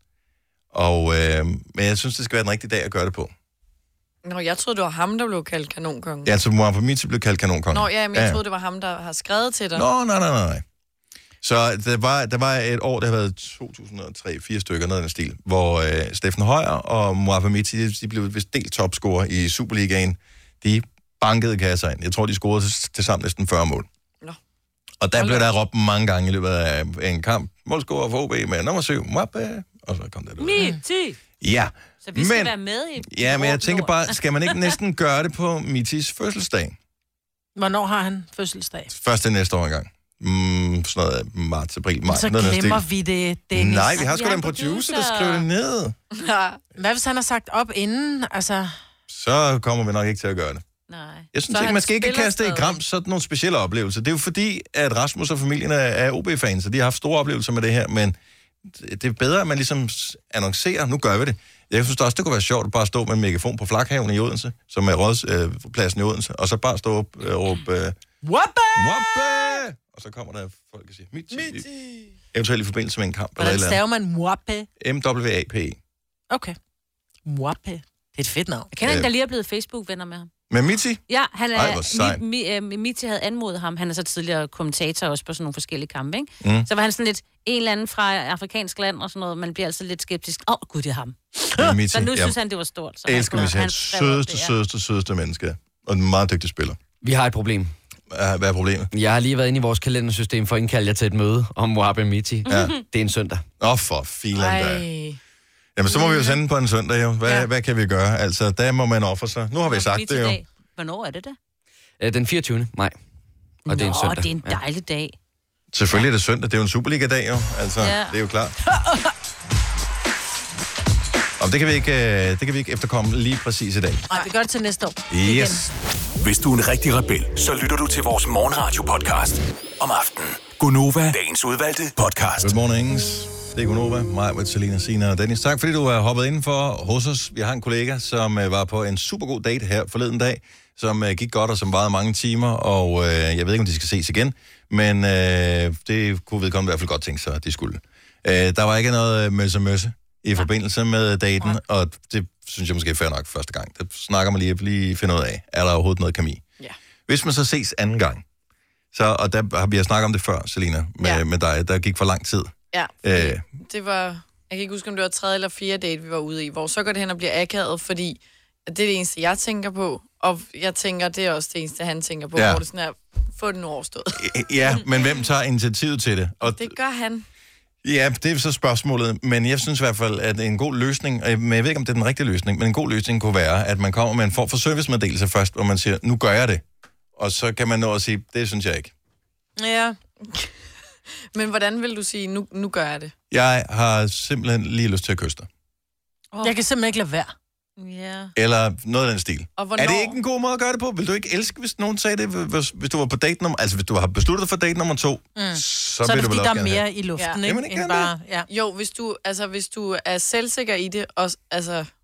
Men jeg synes, det skal være den rigtige dag at gøre det på. Nå, jeg troede, det var ham, der blev kaldt kanonkongen. Ja, så Moape Miti blev kaldt kanonkongen. Nå, ja, men jeg troede, det var ham, der har skrevet til dig. Nå, nej. Så der var et år, der har været 2003-4 stykker, noget af den stil, hvor Steffen Højer og Moape Miti, de blev vist delt topscorer i Superligaen. De bankede kasser ind. Jeg tror, de scorede til sammen næsten 40 mål. Nå. Og der blev der råbt mange gange i løbet af en kamp. Målscorer for OB med nummer 7, Moape. Og så kom det ud. Miti! Ja. Så vi skal være med i... Ja, men jeg tænker bare, skal man ikke næsten gøre det på Mitis fødselsdag? Hvornår har han fødselsdag? Først til næste år engang. Sådan noget marts, april, maj. Så glemmer vi det, Dennis. Nej, vi har sgu da en producer, der skriver det ned. Hvad hvis han har sagt op inden? Altså... Så kommer vi nok ikke til at gøre det. Nej. Jeg synes ikke, man skal ikke kaste i gram sådan nogle specielle oplevelser. Det er jo fordi, at Rasmus og familien er OB-fans, så de har haft store oplevelser med det her, men det er bedre, at man ligesom annoncerer, nu gør vi det. Jeg synes også, det kunne være sjovt at bare stå med en megafon på Flakhaven i Odense, som er rådspladsen i Odense, og så bare stå og råbe... Wappa! Wappa! Og så kommer der folk og siger, Miti. Eventuelt i forbindelse med en kamp. Hvordan staver man Wappa? M-W-A-P. Okay. Wappa. Det er et fedt navn. Jeg kender en, der lige er blevet Facebook-venner med ham. Med Miti? Ja, han er... Miti havde anmodet ham. Han er så tidligere kommentator også på sådan nogle forskellige kampe, ikke? Så var han sådan lidt en eller anden fra afrikansk land og sådan noget. Man bliver altså lidt skeptisk. Gud, det er ham. Så nu synes han, det var stort. Så jeg elsker Miti. Han sødeste menneske. Og en meget dygtig spiller. Vi har et problem. Hvad er problemet? Jeg har lige været inde i vores kalendersystem for at indkalde jer til et møde om Moabe Miti. Ja. Det er en søndag. For filen da. Jamen, så må vi jo sende på en søndag, jo. Hvad kan vi gøre? Altså, der må man ofre sig. Nu har vi sagt det jo. Hvornår er det da? Den 24. maj. Og det er en søndag. Det er en dejlig dag. Selvfølgelig er det søndag. Det er jo en Superliga-dag, jo. Altså, det er jo klart. Og det kan vi ikke efterkomme lige præcis i dag. Nej, vi gør det til næste år. Yes. Igen. Hvis du er en rigtig rebel, så lytter du til vores morgenradio-podcast om aftenen. Gonova, dagens udvalgte podcast. Good mornings. Det er Gonova, mig, med Selina, Sina og Dennis. Tak fordi du er hoppet indenfor hos os. Vi har en kollega, som var på en super god date her forleden dag, som gik godt og som varede mange timer, og jeg ved ikke, om de skal ses igen, men det kunne vedkommende i hvert fald godt tænke sig, at de skulle. Der var ikke noget møsse i forbindelse med daten, og det synes jeg måske er fair nok første gang. Det snakker man lige finde ud af. Er der overhovedet noget kemi? Ja. Hvis man så ses anden gang, og der har vi snakket om det før, Selina, med dig, der gik for lang tid. Ja, det var... Jeg kan ikke huske, om det var 3. eller 4. date, vi var ude i, hvor så går det hen og bliver akavet, fordi det er det eneste, jeg tænker på, og jeg tænker, det er også det eneste, han tænker på, hvor det sådan er, få det nu overstået. Ja, men hvem tager initiativet til det? Og det gør han. Ja, det er så spørgsmålet, men jeg synes i hvert fald, at en god løsning, men jeg ved ikke, om det er den rigtige løsning, men en god løsning kunne være, at man kommer med en form for servicemeddelelse først, hvor man siger, nu gør jeg det, og så kan man nå at sige, det synes jeg ikke. Ja. Men hvordan vil du sige, nu gør jeg det? Jeg har simpelthen lige lyst til at kysse dig. Jeg kan simpelthen ikke lade være. Ja. Eller noget af den stil. Er det ikke en god måde at gøre det på? Vil du ikke elske, hvis nogen sagde det, hvis du var på date nummer... Altså, hvis du har besluttet dig for date nummer 2, så vil du vel også der er mere i luften, ikke? End bare, Jo, hvis du er selvsikker i det, og altså...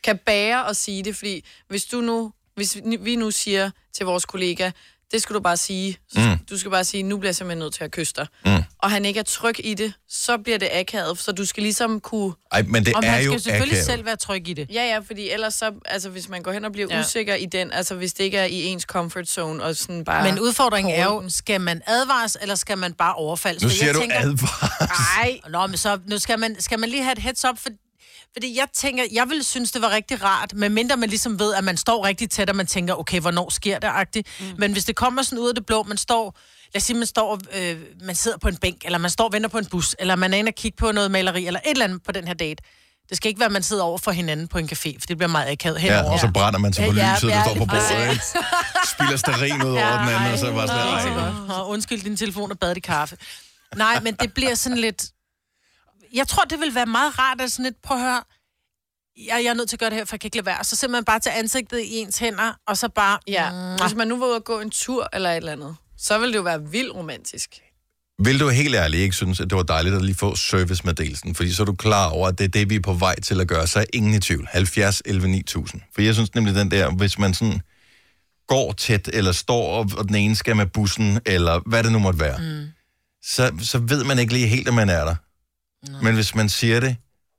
kan bære at sige det, fordi hvis vi nu siger til vores kollega, det skal du bare sige. Du skal bare sige, nu bliver jeg simpelthen nødt til at kysse dig. Og han ikke er tryg i det, så bliver det akavet, så du skal ligesom kunne... Ej, men det er jo han skal selvfølgelig akavet. selv være tryg i det. Ja, fordi ellers så, altså hvis man går hen og bliver usikker i den, altså hvis det ikke er i ens comfort zone, og sådan bare... Men udfordringen er jo, skal man advares, eller skal man bare overfaldes? Nu siger du advares. Nej, men så nu skal man lige have et heads up, fordi jeg tænker, jeg ville synes, det var rigtig rart, medmindre man ligesom ved, at man står rigtig tæt, og man tænker, okay, hvornår sker det agtigt? Men hvis det kommer sådan ud af det blå, man står, lad os sige, man sidder på en bænk, eller man står og venter på en bus, eller man er inde og kigger på noget maleri, eller et eller andet på den her date. Det skal ikke være, at man sidder over for hinanden på en café, for det bliver meget akavet henover. Ja, og så brænder man sig på lyset, der står på bordet, ikke? Spiller stearin ud over den anden, og så var sådan undskyld, din telefon er badet i kaffe. Nej, men det bliver sådan lidt... Jeg tror, det vil være meget rart, at sådan lidt, prøv at høre, jeg er nødt til at gøre det her, for jeg kan ikke lade være. Så simpelthen bare tage ansigtet i ens hænder, og så bare... Ja, hvis man nu var ude og gå en tur eller et eller andet, så ville det jo være vildt romantisk. Vil du helt ærligt ikke synes, at det var dejligt at lige få servicemeddelelsen? Fordi så er du klar over, at det er det, vi er på vej til at gøre. Så er ingen i tvivl. 70 11 9000. For jeg synes nemlig den der, hvis man sådan går tæt, eller står, og den ene skal med bussen, eller hvad det nu måtte være, så ved man ikke lige helt, at man er der. Men hvis man siger det...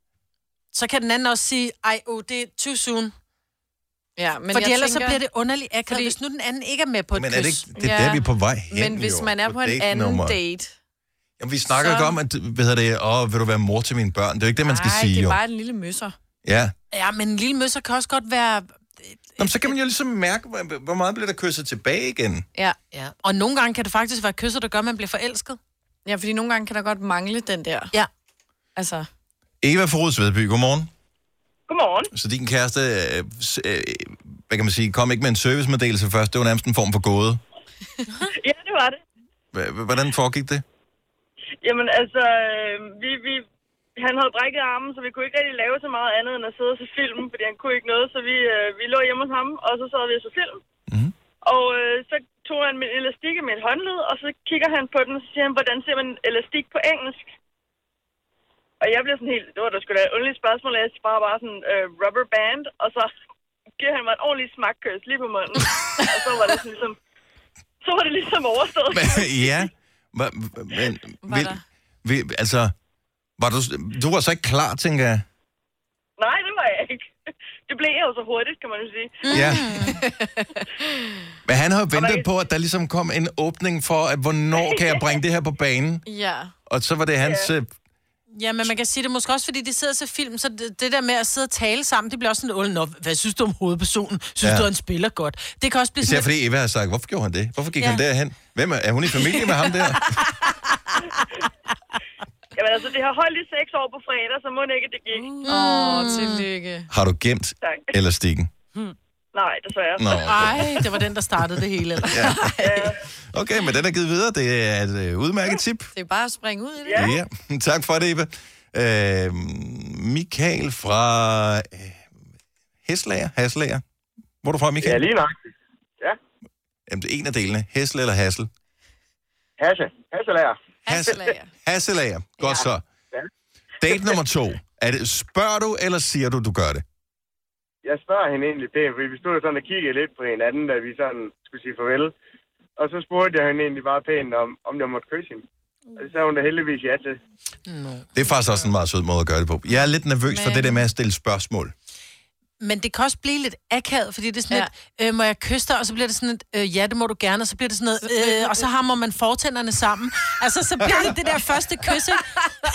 Så kan den anden også sige, det er too soon. Ja, men fordi ellers tænker, så bliver det underligt akavet, hvis nu den anden ikke er med på et men er det kys. ikke, det er der, vi er på vej hen. Men hvis man er på en anden date... Jamen, vi snakker ikke om, at vil du være mor til mine børn? Det er jo ikke det, man skal sige. Nej, det er jo. bare en lille møsser. Ja. Ja, men en lille møsser kan også godt være... Jamen, så kan man jo ligesom mærke, hvor meget bliver der kysset tilbage igen. Ja. Og nogle gange kan det faktisk være kysser, der gør, at man bliver forelsket. Ja, fordi nogle gange kan der godt mangle den der. Ja. Altså... Eva fra Rudsvedby, godmorgen. Godmorgen. Så din kæreste, hvad kan man sige, kom ikke med en servicemeddelelse først. Det var nærmest en form for gåde. Ja, det var det. Hvordan foregik det? Jamen, altså, han havde brækket armen, så vi kunne ikke rigtig lave så meget andet end at sidde og se film, fordi han kunne ikke noget, så vi lå hjemme hos ham, og så sad vi og så film. Og så tog han min elastik med et håndled, og så kigger han på den, og så siger han, hvordan ser man elastik på engelsk? Og jeg blev sådan helt, det var da sgu da et underligt spørgsmål, jeg svarede bare sådan, rubber band, og så giver han mig et ordentligt smakkys lige på munden. Og så var det sådan ligesom, overstået. Ja, altså, du var så ikke klar, tænker jeg? Nej, det var jeg ikke. Det blev jeg jo så hurtigt, kan man jo sige. Ja. Men han har ventet på, at der ligesom kom en åbning for, at hvornår kan jeg bringe det her på banen? Ja. Og så var det hans... Ja, men man kan sige det måske også, fordi de sidder og ser film, så det der med at sidde og tale sammen, det bliver også sådan, hvad synes du om hovedpersonen? Synes du, han spiller godt? Det kan også blive sådan... Især fordi Eva har sagt, hvorfor gjorde han det? Hvorfor gik han derhen? Hvem er hun i familie med ham der? Jamen altså, det har holdt i 6 år på fredag, så må det ikke, det gik. Tillykke. Har du gemt elastikken? Nej, desværre. Ej, det var den, der startede det hele. Ja. Okay, men den er givet videre. Det er et udmærket tip. Det er bare at springe ud i det. Ja. Tak for det, Eva. Michael fra Hasselager. Hvor er du fra, Michael? Ja, lige nok. Ja. Jamen, det er en af delene. Hæsle eller Hassel? Hasselager. Godt så. Ja. Date nummer 2. Spørger du, eller siger du gør det? Jeg spørger hende egentlig pænt, fordi vi stod sådan og kiggede lidt på hinanden, da vi sådan skulle sige farvel. Og så spurgte jeg hende egentlig bare pænt, om jeg måtte kysse hende. Og det sagde hun da heldigvis ja til. Det er faktisk også en meget sød måde at gøre det på. Jeg er lidt nervøs for det der med at stille spørgsmål. Men det kan også blive lidt akavet, fordi det er sådan lidt, må jeg kysse dig? Og så bliver det sådan et, ja, det må du gerne. Og så bliver det sådan noget, og så hammer man fortænderne sammen. Altså, så bliver det der første kys, ikke?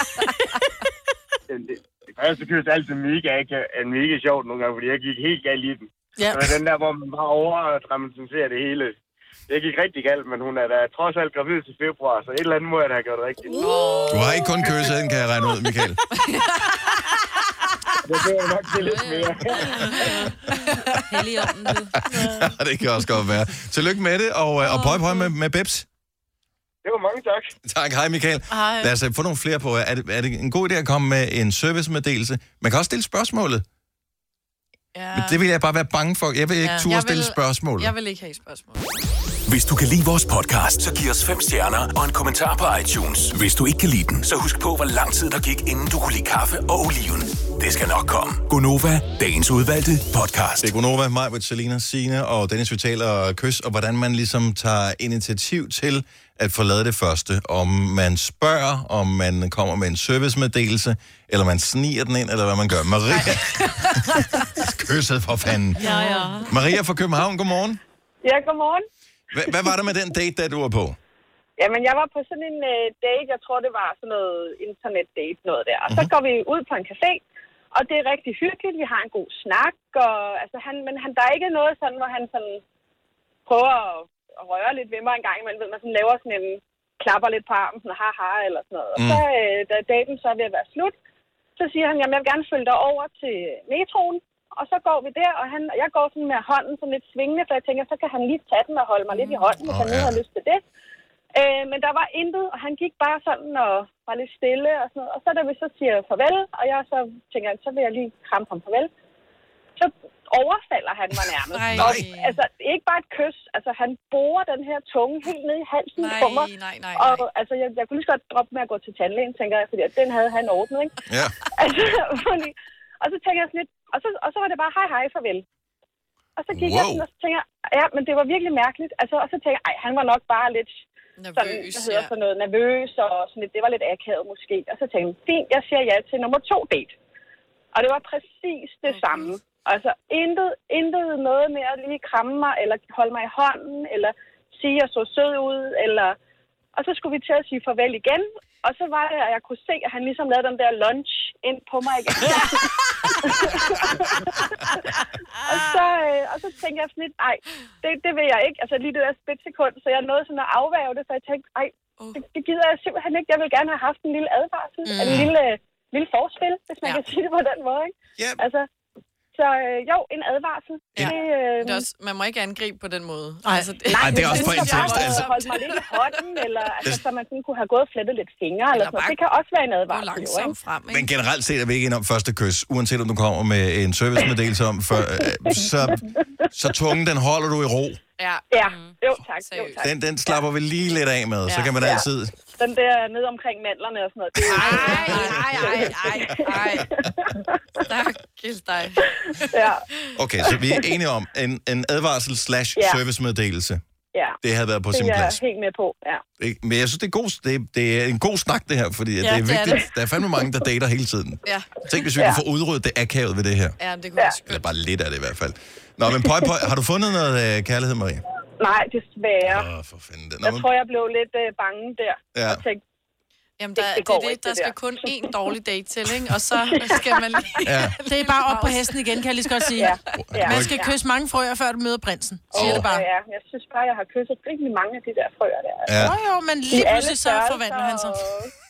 Det første kys er altid mega sjovt nogle gange, fordi jeg gik helt galt i den. Ja. Det var den der, hvor man bare overdramatiserer det hele. Det gik rigtig galt, men hun er da trods alt gravid til februar, så et eller andet må jeg da have gjort rigtigt. Du har ikke kun kysset, den kan jeg regne ud, Michael. Det bliver nok til lidt mere. Helligånden, du. Det kan også godt være. Tillykke med det, og pøj med Bebs. Det var mange tak. Tak, hej Michael. Hej. Lad os få nogle flere på. Er det en god idé at komme med en servicemeddelelse? Man kan også stille spørgsmålet. Ja. Men det vil jeg bare være bange for. Jeg vil ikke turde stille spørgsmål. Jeg vil ikke have spørgsmål. Hvis du kan lide vores podcast, så giv os 5 stjerner og en kommentar på iTunes. Hvis du ikke kan lide den, så husk på, hvor lang tid der gik, inden du kunne lide kaffe og oliven. Det skal nok komme. Gonova, dagens udvalgte podcast. Det er Gonova, Majbert, Selina, Signe og Dennis, vi taler kys, og hvordan man ligesom tager initiativ til at forlade det første. Om man spørger, om man kommer med en servicemeddelelse, eller man sniger den ind, eller hvad man gør. Maria. Kysset for fanden. Ja. Maria fra København, godmorgen. Ja, godmorgen. Hvad var der med den date, der du var på? Jamen, jeg var på sådan en date, jeg tror, det var sådan noget internet-date, noget der. Og så går vi ud på en café, og det er rigtig hyggeligt. Vi har en god snak, og altså, men der er ikke noget sådan, hvor han sådan prøver at røre lidt ved mig en gang imellem. Man sådan laver sådan en klapper lidt på armen, sådan haha, eller sådan noget. Og så, da daten så er ved at være slut, så siger han, jamen, jeg vil gerne følge dig over til metroen. Og så går vi der, og jeg går sådan med hånden sådan lidt svingende, for jeg tænker, så kan han lige tage den og holde mig lidt i hånden, hvis han nu har lyst til det. Men der var intet, og han gik bare sådan og var lidt stille og sådan noget. Og så da vi så siger farvel, og jeg så tænker, så vil jeg lige kramme ham farvel, så overfalder han mig nærmest. Og, altså, ikke bare et kys, altså han borer den her tunge helt ned i halsen på mig. Nej. Og altså, jeg kunne lige så godt droppe med at gå til tandlægen, tænker jeg, fordi den havde han ordnet, ikke? Ja. Altså, og så tænker jeg sådan lidt, og så var det bare hej, farvel. Og så gik jeg sådan, og så tænker jeg, ja, men det var virkelig mærkeligt. Altså, og så tænker jeg, han var nok bare lidt nervøs, sådan noget nervøs, og sådan lidt, det var lidt akavet måske. Og så tænkte jeg, fint, jeg siger ja til nummer 2 date. Og det var præcis det samme. Altså, intet noget med at lige kramme mig, eller holde mig i hånden, eller sige, at jeg så sød ud, eller... Og så skulle vi til at sige farvel igen, og så var det, at jeg kunne se, at han ligesom lavede den der lunch ind på mig igen. og så tænkte jeg sådan lidt, det vil jeg ikke. Altså lige det der splitsekund, så jeg nåede sådan at afværge det, så jeg tænkte, det gider jeg simpelthen ikke. Jeg vil gerne have haft en lille advarsel, en lille forspil, hvis man kan sige det på den måde, ikke? Yep. Altså, så jo, en advarsel. Ja. Det er også, man må ikke angribe på den måde. Altså, Nej, det er også for intenst. Altså. Holde mig lidt i hånden, eller altså, så man sådan kunne have gået og flettet lidt fingre, eller sådan noget. Det kan også være en advarsel. Langsomt frem, ikke? Men generelt set er vi ikke ind om første kys. Uanset om du kommer med en servicemeddelelse om, så tungen, den holder du i ro. Ja. Jo tak. Den slapper vi lige lidt af med, så kan man altid... Den der ned omkring mandlerne og sådan noget. Stakkels dig. Ja. Okay, så vi er enige om en advarsel/servicemeddelelse. Ja. Det havde været på sin plads. Det er jeg helt med på, ja. Men jeg synes, det er en god snak, det her, fordi det er vigtigt. Der er fandme mange, der dater hele tiden. Ja. Tænk, hvis vi kunne få udryddet det akavet ved det her. Ja, det kunne også. Eller bare lidt af det i hvert fald. Nå, men pøj, har du fundet noget kærlighed, Marie? Nej, desværre. For fanden. Jeg tror, jeg blev lidt bange der. Ja. Og tænkte, jamen, der skal kun én dårlig date til, ikke? Og så skal man lige... Ja. Det er bare op på hesten igen, kan jeg lige så godt sige. Man skal kysse mange frøer, før du møder prinsen. Siger det bare. Ja, jeg synes bare, jeg har kysset rigtig mange af de der frøer der. Ja. Jo, men lige pludselig så forvandler han sig.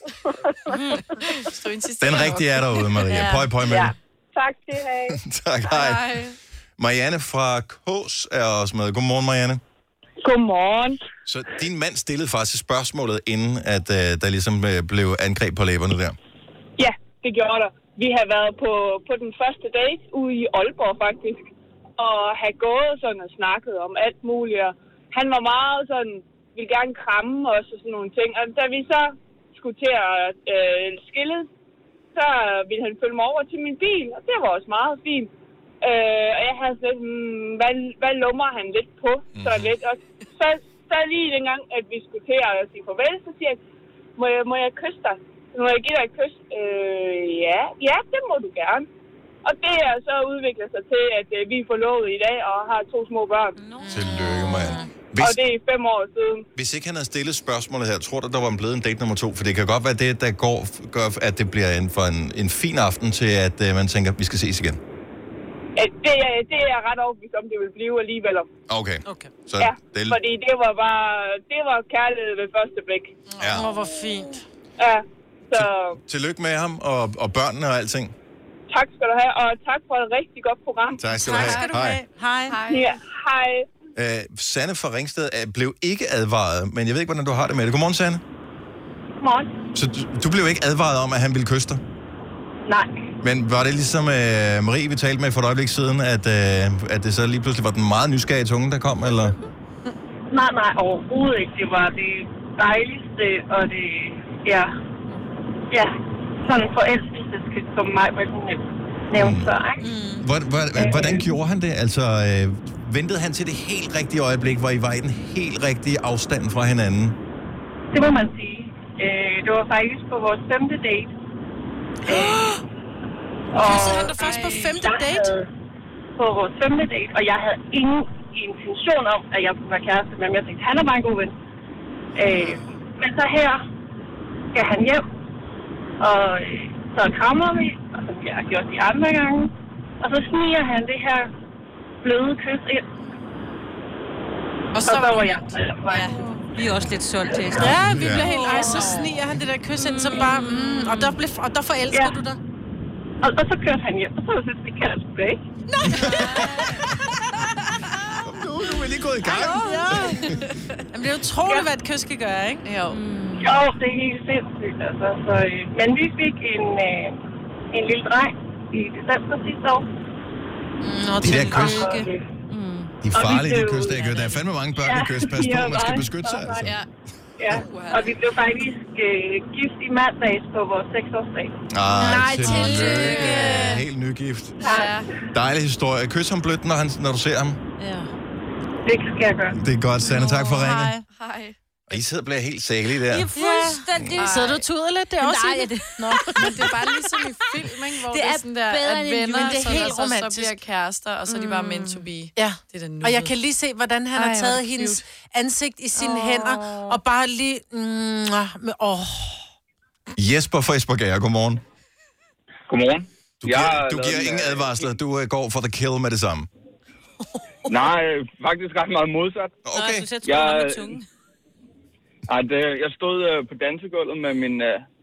Den rigtige er derude, Maria. Pøj med. Ja. Tak skal I have. Tak, hej. Marianne fra Kås er også med. Godmorgen, Marianne. Godmorgen. Så din mand stillede faktisk spørgsmålet, inden at der ligesom blev angreb på læberne der? Ja, det gjorde der. Vi har været på den første date ude i Aalborg faktisk, og have gået sådan og snakket om alt muligt. Han var meget sådan, ville gerne kramme os og sådan nogle ting. Og da vi så skulle til at skilles, så ville han følge mig over til min bil, og det var også meget fint. Og jeg havde sådan, hvad lummer han lidt på? Så lidt. Og så lige dengang, at vi skulle til at sige farvel, så siger jeg, må jeg kysse dig? Må jeg give dig et kys? Ja, det må du gerne. Og det er så udviklet sig til, at vi er forlovet i dag og har 2 små børn. Tillykke, Marianne. Og det er 5 år siden. Hvis ikke han havde stillet spørgsmålet her, tror du, der var blevet en date nummer 2? For det kan godt være det, der gør at det bliver for en fin aften til, at man tænker, vi skal ses igen. Det er jeg ret overbevist om, det vil blive alligevel. Okay. Så ja, fordi det var kærlighed ved første blik. Ja. Hvor fint. Ja, så... Tillykke med ham og børnene og alting. Tak skal du have, og tak for et rigtig godt program. Tak skal du have. Hej. Ja, hej. Sanne fra Ringsted blev ikke advaret, men jeg ved ikke, hvordan du har det med det. Godmorgen, Sanne. Godmorgen. Så du blev ikke advaret om, at han ville kysse dig? Nej. Men var det ligesom Marie, vi talte med for et øjeblik siden, at det så lige pludselig var den meget nysgerrige tunge, der kom, eller? Nej, overhovedet ikke. Det var det dejligste, og det, ja, sådan en forelskelseskys, som mig nævnte før, ikke? Hvordan gjorde han det? Altså, ventede han til det helt rigtige øjeblik, hvor I var i den helt rigtige afstand fra hinanden? Det må man sige. Det var faktisk på vores 5. date. Kyssede han dig først på 5. date? På vores 5. date, og jeg havde ingen intention om, at jeg skulle være kæreste med ham. Jeg tænkte, han er bare en god ven. Men så her skal han hjem, og så krammer vi, og så bliver jeg gjort de andre gange. Og så sniger han det her bløde kys ind. Og så var jeg... Ja. Vi er også lidt solgt til. Ja, vi bliver helt... Ej, så sniger han det der kys ind, som bare... og der forelsker du dig. Og så kørte han hjem, og så var jeg det kan jeg sgu da ikke. Nu er vi lige gået i gang. Ja. Jamen, det er utroligt, hvad et kys kan gøre, ikke? Jo. Jo, det er helt sindssygt, altså. Så, men vi fik en lille dreng i december sidste år. De der kys. De farlige kys, der gør. Der er fandme mange børn, der kys. Pas på, man skal beskytte sig, altså. Ja, og vi blev faktisk gift i mandags på vores 6-årsdag. Nej, tillykke. Helt nygift. Ja. Dejlig historie. Kys ham blødt, når du ser ham. Ja. Det skal jeg gøre. Det er godt, Sanne. Tak for ringet. Hej. Og I sidder og bliver helt sælige der. I er fuldstændig... Sidder du og tuder lidt? Det er også Nej, det. Nå, men det er bare ligesom i film, ikke? Hvor det er sådan der, bedre at end en venner, jul. Det er helt så romantisk. bliver kærester, og så er de bare meant to be. Ja, det er og jeg kan lige se, hvordan han har taget hendes ansigt i sine hænder, og bare lige... Jesper fra Esbjerg, godmorgen. Godmorgen. Du giver ingen advarsler, du går for the kill med det samme. Nej, faktisk ret meget modsat. Okay. Jeg stod på dansegulvet med min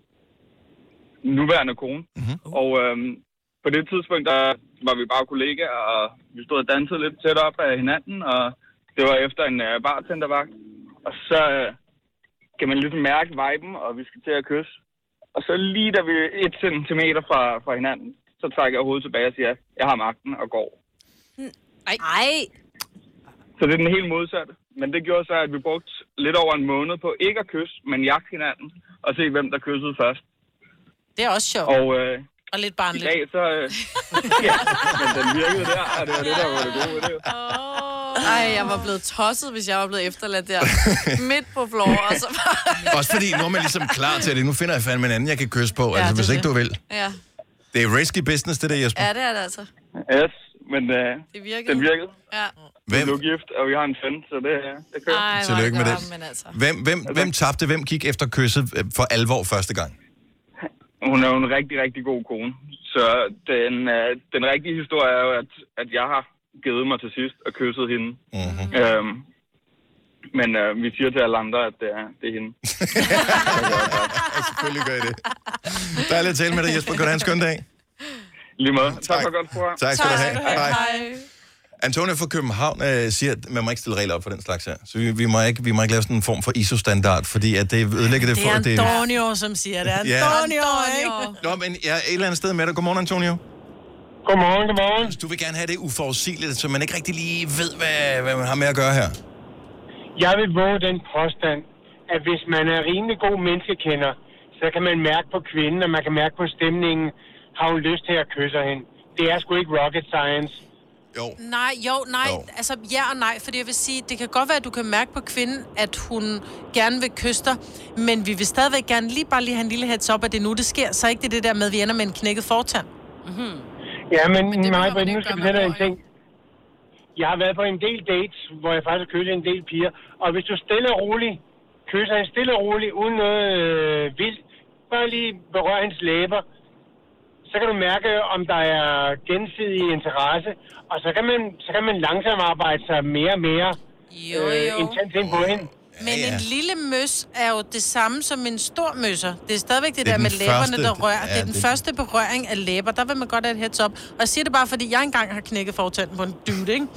nuværende kone, og på det tidspunkt, der var vi bare kollegaer, og vi stod og dansede lidt tæt op af hinanden, og det var efter en bartendervagt. Og så kan man ligesom mærke viben, og vi skal til at kysse. Og så lige da vi er 1 centimeter fra hinanden, så trækker jeg hovedet tilbage og siger, jeg har magten og går. Ej. Så det er den helt modsatte. Men det gjorde så, at vi brugte lidt over en måned på ikke at kysse, men jagte hinanden og se, hvem der kyssede først. Det er også sjovt. Og lidt barnligt. I dag så... ja, men den virkede der, og det var det, der var det gode ved det. Ej, jeg var blevet tosset, hvis jeg var blevet efterladt der. Midt på floor, og så bare... Også fordi nu er man ligesom klar til det. Nu finder jeg fandme en anden, jeg kan kysse på. Ja, altså, hvis ikke du vil. Ja. Det er risky business, det der, Jesper. Ja, det er det altså. Yes, men det virkede. Den virkede. Ja. Vi blev gift, og vi har en fan, så det kører. Ej, tillykke med det. Altså. Hvem tabte? Hvem gik efter kysset for alvor første gang? Hun er jo en rigtig, rigtig god kone. Så den rigtige historie er jo, at jeg har givet mig til sidst og kysset hende. Mm-hmm. Men vi siger til alle andre, at det er hende. Ja, selvfølgelig gør I det. Dejligt at tale med dig, Jesper. Kan du have en skøn dag? Lige måde. Tak for godt program. Tak skal du have. Hej. Antonio fra København siger, at man må ikke stille regler op for den slags her. Så vi må ikke lave sådan en form for ISO-standard, fordi at det ødelægger det for... Det er Antonio, som siger det. Antonio, ikke? Nå, men jeg er et eller andet sted med dig. Godmorgen, Antonio. Godmorgen. Du vil gerne have det uforudsigeligt, så man ikke rigtig lige ved, hvad man har med at gøre her. Jeg vil våge den påstand, at hvis man er rimelig god menneskekender, så kan man mærke på kvinden, og man kan mærke på stemningen, har hun lyst til at kysse hende. Det er sgu ikke rocket science. Jo. Nej. Altså, ja og nej, fordi jeg vil sige, det kan godt være, at du kan mærke på kvinden, at hun gerne vil kysse dig, men vi vil stadigvæk gerne bare lige have en lille heads up, at det nu det sker, så ikke det der med, at vi ender med en knækket fortand. Mm-hmm. Ja, men nej, nu skal vi sætte en ting. Jeg har været på en del dates, hvor jeg faktisk har kysset en del piger, og hvis du stille og roligt kysser hende stille og roligt, uden noget vildt, bare lige berør hendes læber, så kan du mærke, om der er gensidig interesse, og så kan man langsomt arbejde sig mere og mere intens ind på hende. Men en lille møs er jo det samme som en stor møsser. Det er stadigvæk det der med læberne, der rører. Ja, det er den første berøring af læber. Der vil man godt have et heads up. Og jeg siger det bare, fordi jeg engang har knækket fortanden på en dude, ikke?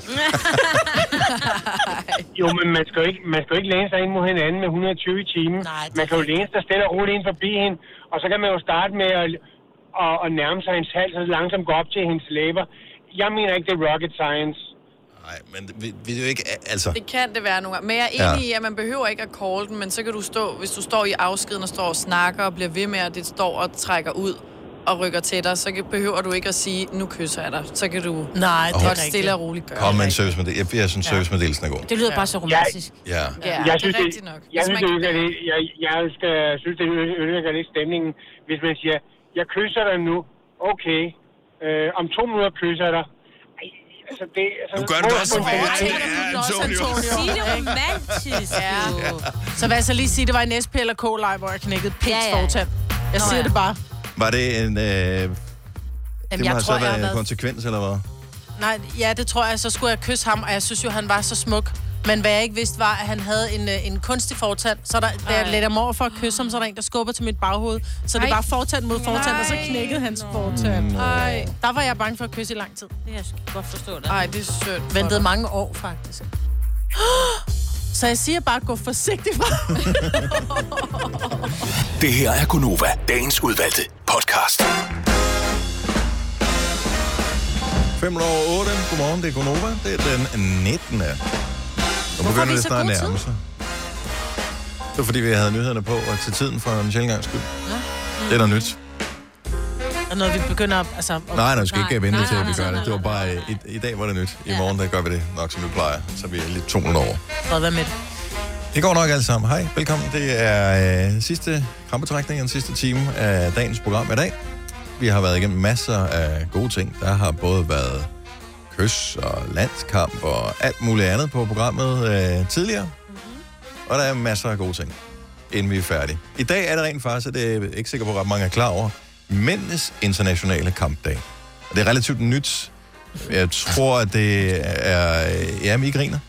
Jo, men man skal jo ikke læne sig ind mod hinanden med 120 i timen. Man kan jo læne sig stille og roligt ind forbi hende, og så kan man jo starte med at nærme sig hendes hals, og langsomt gå op til hendes læber. Jeg mener ikke, det er rocket science. Nej, men vi er jo ikke... Altså... Det kan det være nogle gange. Men jeg er enig i, at man behøver ikke at call den, men så kan du stå, hvis du står i afskeden og står og snakker og bliver ved med, at det står og trækker ud og rykker til dig, så behøver du ikke at sige, nu kysser jeg dig. Så kan du godt stille og roligt gøre. Kom med en servicemeddelelse. Jeg synes, servicemeddelelsen er god. Det lyder bare så romantisk. Ja. Jeg synes, det ødelægger lidt stemningen, hvis man siger, jeg kysser dig nu, okay, om 2 minutter kysser jeg dig. Altså, du gør det også værre. Sig det romantisk. Så hvad jeg så lige sige, det var en SP eller K-leg, hvor jeg knækkede Pits fortand. Jeg siger det bare. Var det en... det må have så været en konsekvens, eller hvad? Nej, ja, det tror jeg. Så skulle jeg kysse ham, og jeg synes jo, han var så smuk. Men hvad jeg ikke vidste var, at han havde en kunstig fortand. Så da jeg leder mig over for at kysse ham, så er der en, der skubber til mit baghoved. Så det var fortand mod fortand, og så knækkede hans fortand. Der var jeg bange for at kysse i lang tid. Det jeg skal godt forstå det. Ej, det er sødt. Ventede mange år, faktisk. Så jeg siger bare, gå forsigtigt fra. Det her er Gonova, dagens udvalgte podcast. 5 over 8. Godmorgen, det er Gonova. Det er den 19. Og begynder det snart nærme sig. Det var fordi, vi havde nyhederne på, og til tiden for en sjældent gang skyld. Det er noget nyt. Og noget, vi begynder Nej, vi skal ikke vente til, at vi gør det. Det var bare, i dag var det nyt. I morgen, der gør vi det nok, som vi plejer. Så vi er lidt 200 år. Hvad med det? Det går nok alle sammen. Hej, velkommen. Det er sidste krampetrækning, den sidste time af dagens program i dag. Vi har været igennem masser af gode ting. Der har både været kys og landskamp og alt muligt andet på programmet tidligere. Og der er masser af gode ting, inden vi er færdige. I dag er det rent faktisk, og det er jeg ikke sikker på, at ret mange er klar over, Mændenes internationale kampdag. Og det er relativt nyt. Jeg tror, at det er... Ja, I griner.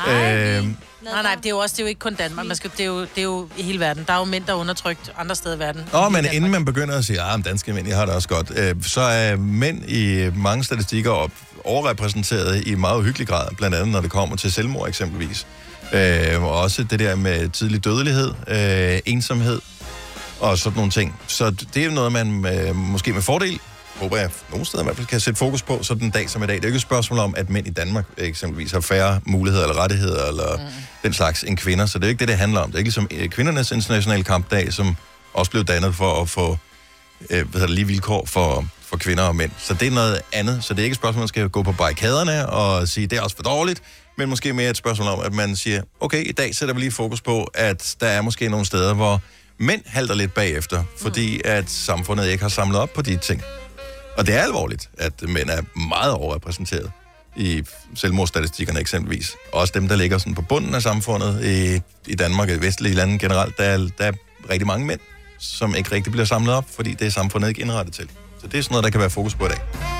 Nej, det er jo ikke kun Danmark. Det er jo i hele verden. Der er jo mænd, der er undertrykt andre steder i verden. Men inden man begynder at sige, at danske mænd, jeg har det også godt, så er mænd i mange statistikker overrepræsenteret i meget uhyggelig grad, blandt andet når det kommer til selvmord eksempelvis. Og også det der med tidlig dødelighed, ensomhed og sådan nogle ting. Så det er noget, man måske med fordel, håber jeg, nogle steder i hvert fald kan sætte fokus på, sådan en dag som i dag. Det er jo ikke et spørgsmål om, at mænd i Danmark eksempelvis har færre muligheder eller rettigheder eller den slags end kvinder, så det er ikke det handler om. Det er ikke ligesom kvindernes internationale kampdag, som også blev dannet for at få lige vilkår for kvinder og mænd. Så det er noget andet. Så det er ikke et spørgsmål, man skal gå på barrikaderne og sige, det er også for dårligt, men måske mere et spørgsmål om, at man siger, okay, i dag sætter vi lige fokus på, at der er måske nogle steder, hvor mænd halter lidt bagefter, fordi at samfundet ikke har samlet op på de ting. Og det er alvorligt, at mænd er meget overrepræsenteret i selvmordsstatistikkerne eksempelvis. Også dem, der ligger sådan på bunden af samfundet i Danmark og i vestlige lande generelt, der er rigtig mange mænd, som ikke rigtig bliver samlet op, fordi det er samfundet ikke indrettet til. Så det er sådan noget, der kan være fokus på i dag.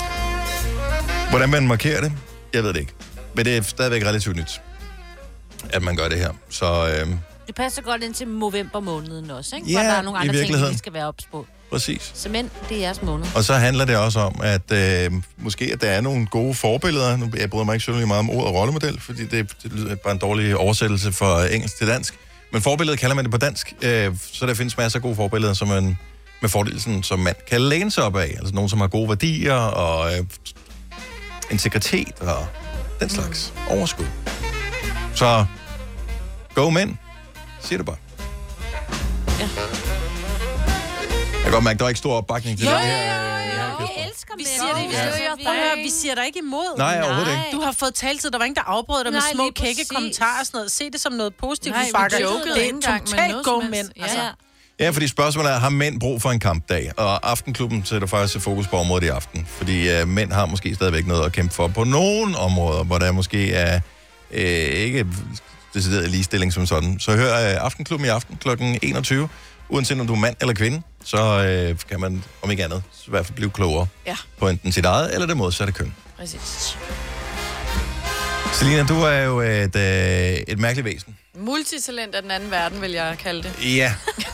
Hvordan man markerer det, jeg ved det ikke. Men det er stadigvæk relativt nyt, at man gør det her. Så, det passer godt ind til november måneden også, ikke? Ja, for der er nogle andre ting, vi skal være ops på. Præcis. Så mænd, det er jeres måned. Og så handler det også om, at måske at der er nogle gode forbilleder. Nu, jeg bryder mig ikke så meget om ordet rollemodel, fordi det er bare en dårlig oversættelse fra engelsk til dansk. Men forbilleder kalder man det på dansk, så der findes masser af gode forbilleder, som man med fordel som mand kan læne sig op af. Altså nogen, som har gode værdier og integritet og den slags overskud. Så go mænd, siger det bare. Ja. Jeg kan godt mærke, der er ikke stor opbakning til det her. Vi elsker mænd. Vi siger dig ikke imod. Nej, overhovedet ikke. Du har fået taletid, der var ingen, der afbrød dig med små kække kommentarer og sådan noget. Se det som noget positivt. Det er totalt go mænd. Ja, fordi spørgsmålet er, har mænd brug for en kampdag? Og Aftenklubben sætter faktisk fokus på området i aften. Fordi mænd har måske stadigvæk noget at kæmpe for på nogle områder, hvor der måske er ikke decideret ligestilling som sådan. Så hør Aftenklubben i aften kl. 21. Uanset om du er mand eller kvinde, så kan man, om ikke andet, i hvert fald blive klogere på enten sit eget eller det modsatte køn. Præcis. Selina, du er jo et mærkeligt væsen. Multitalent af den anden verden, vil jeg kalde det. Ja.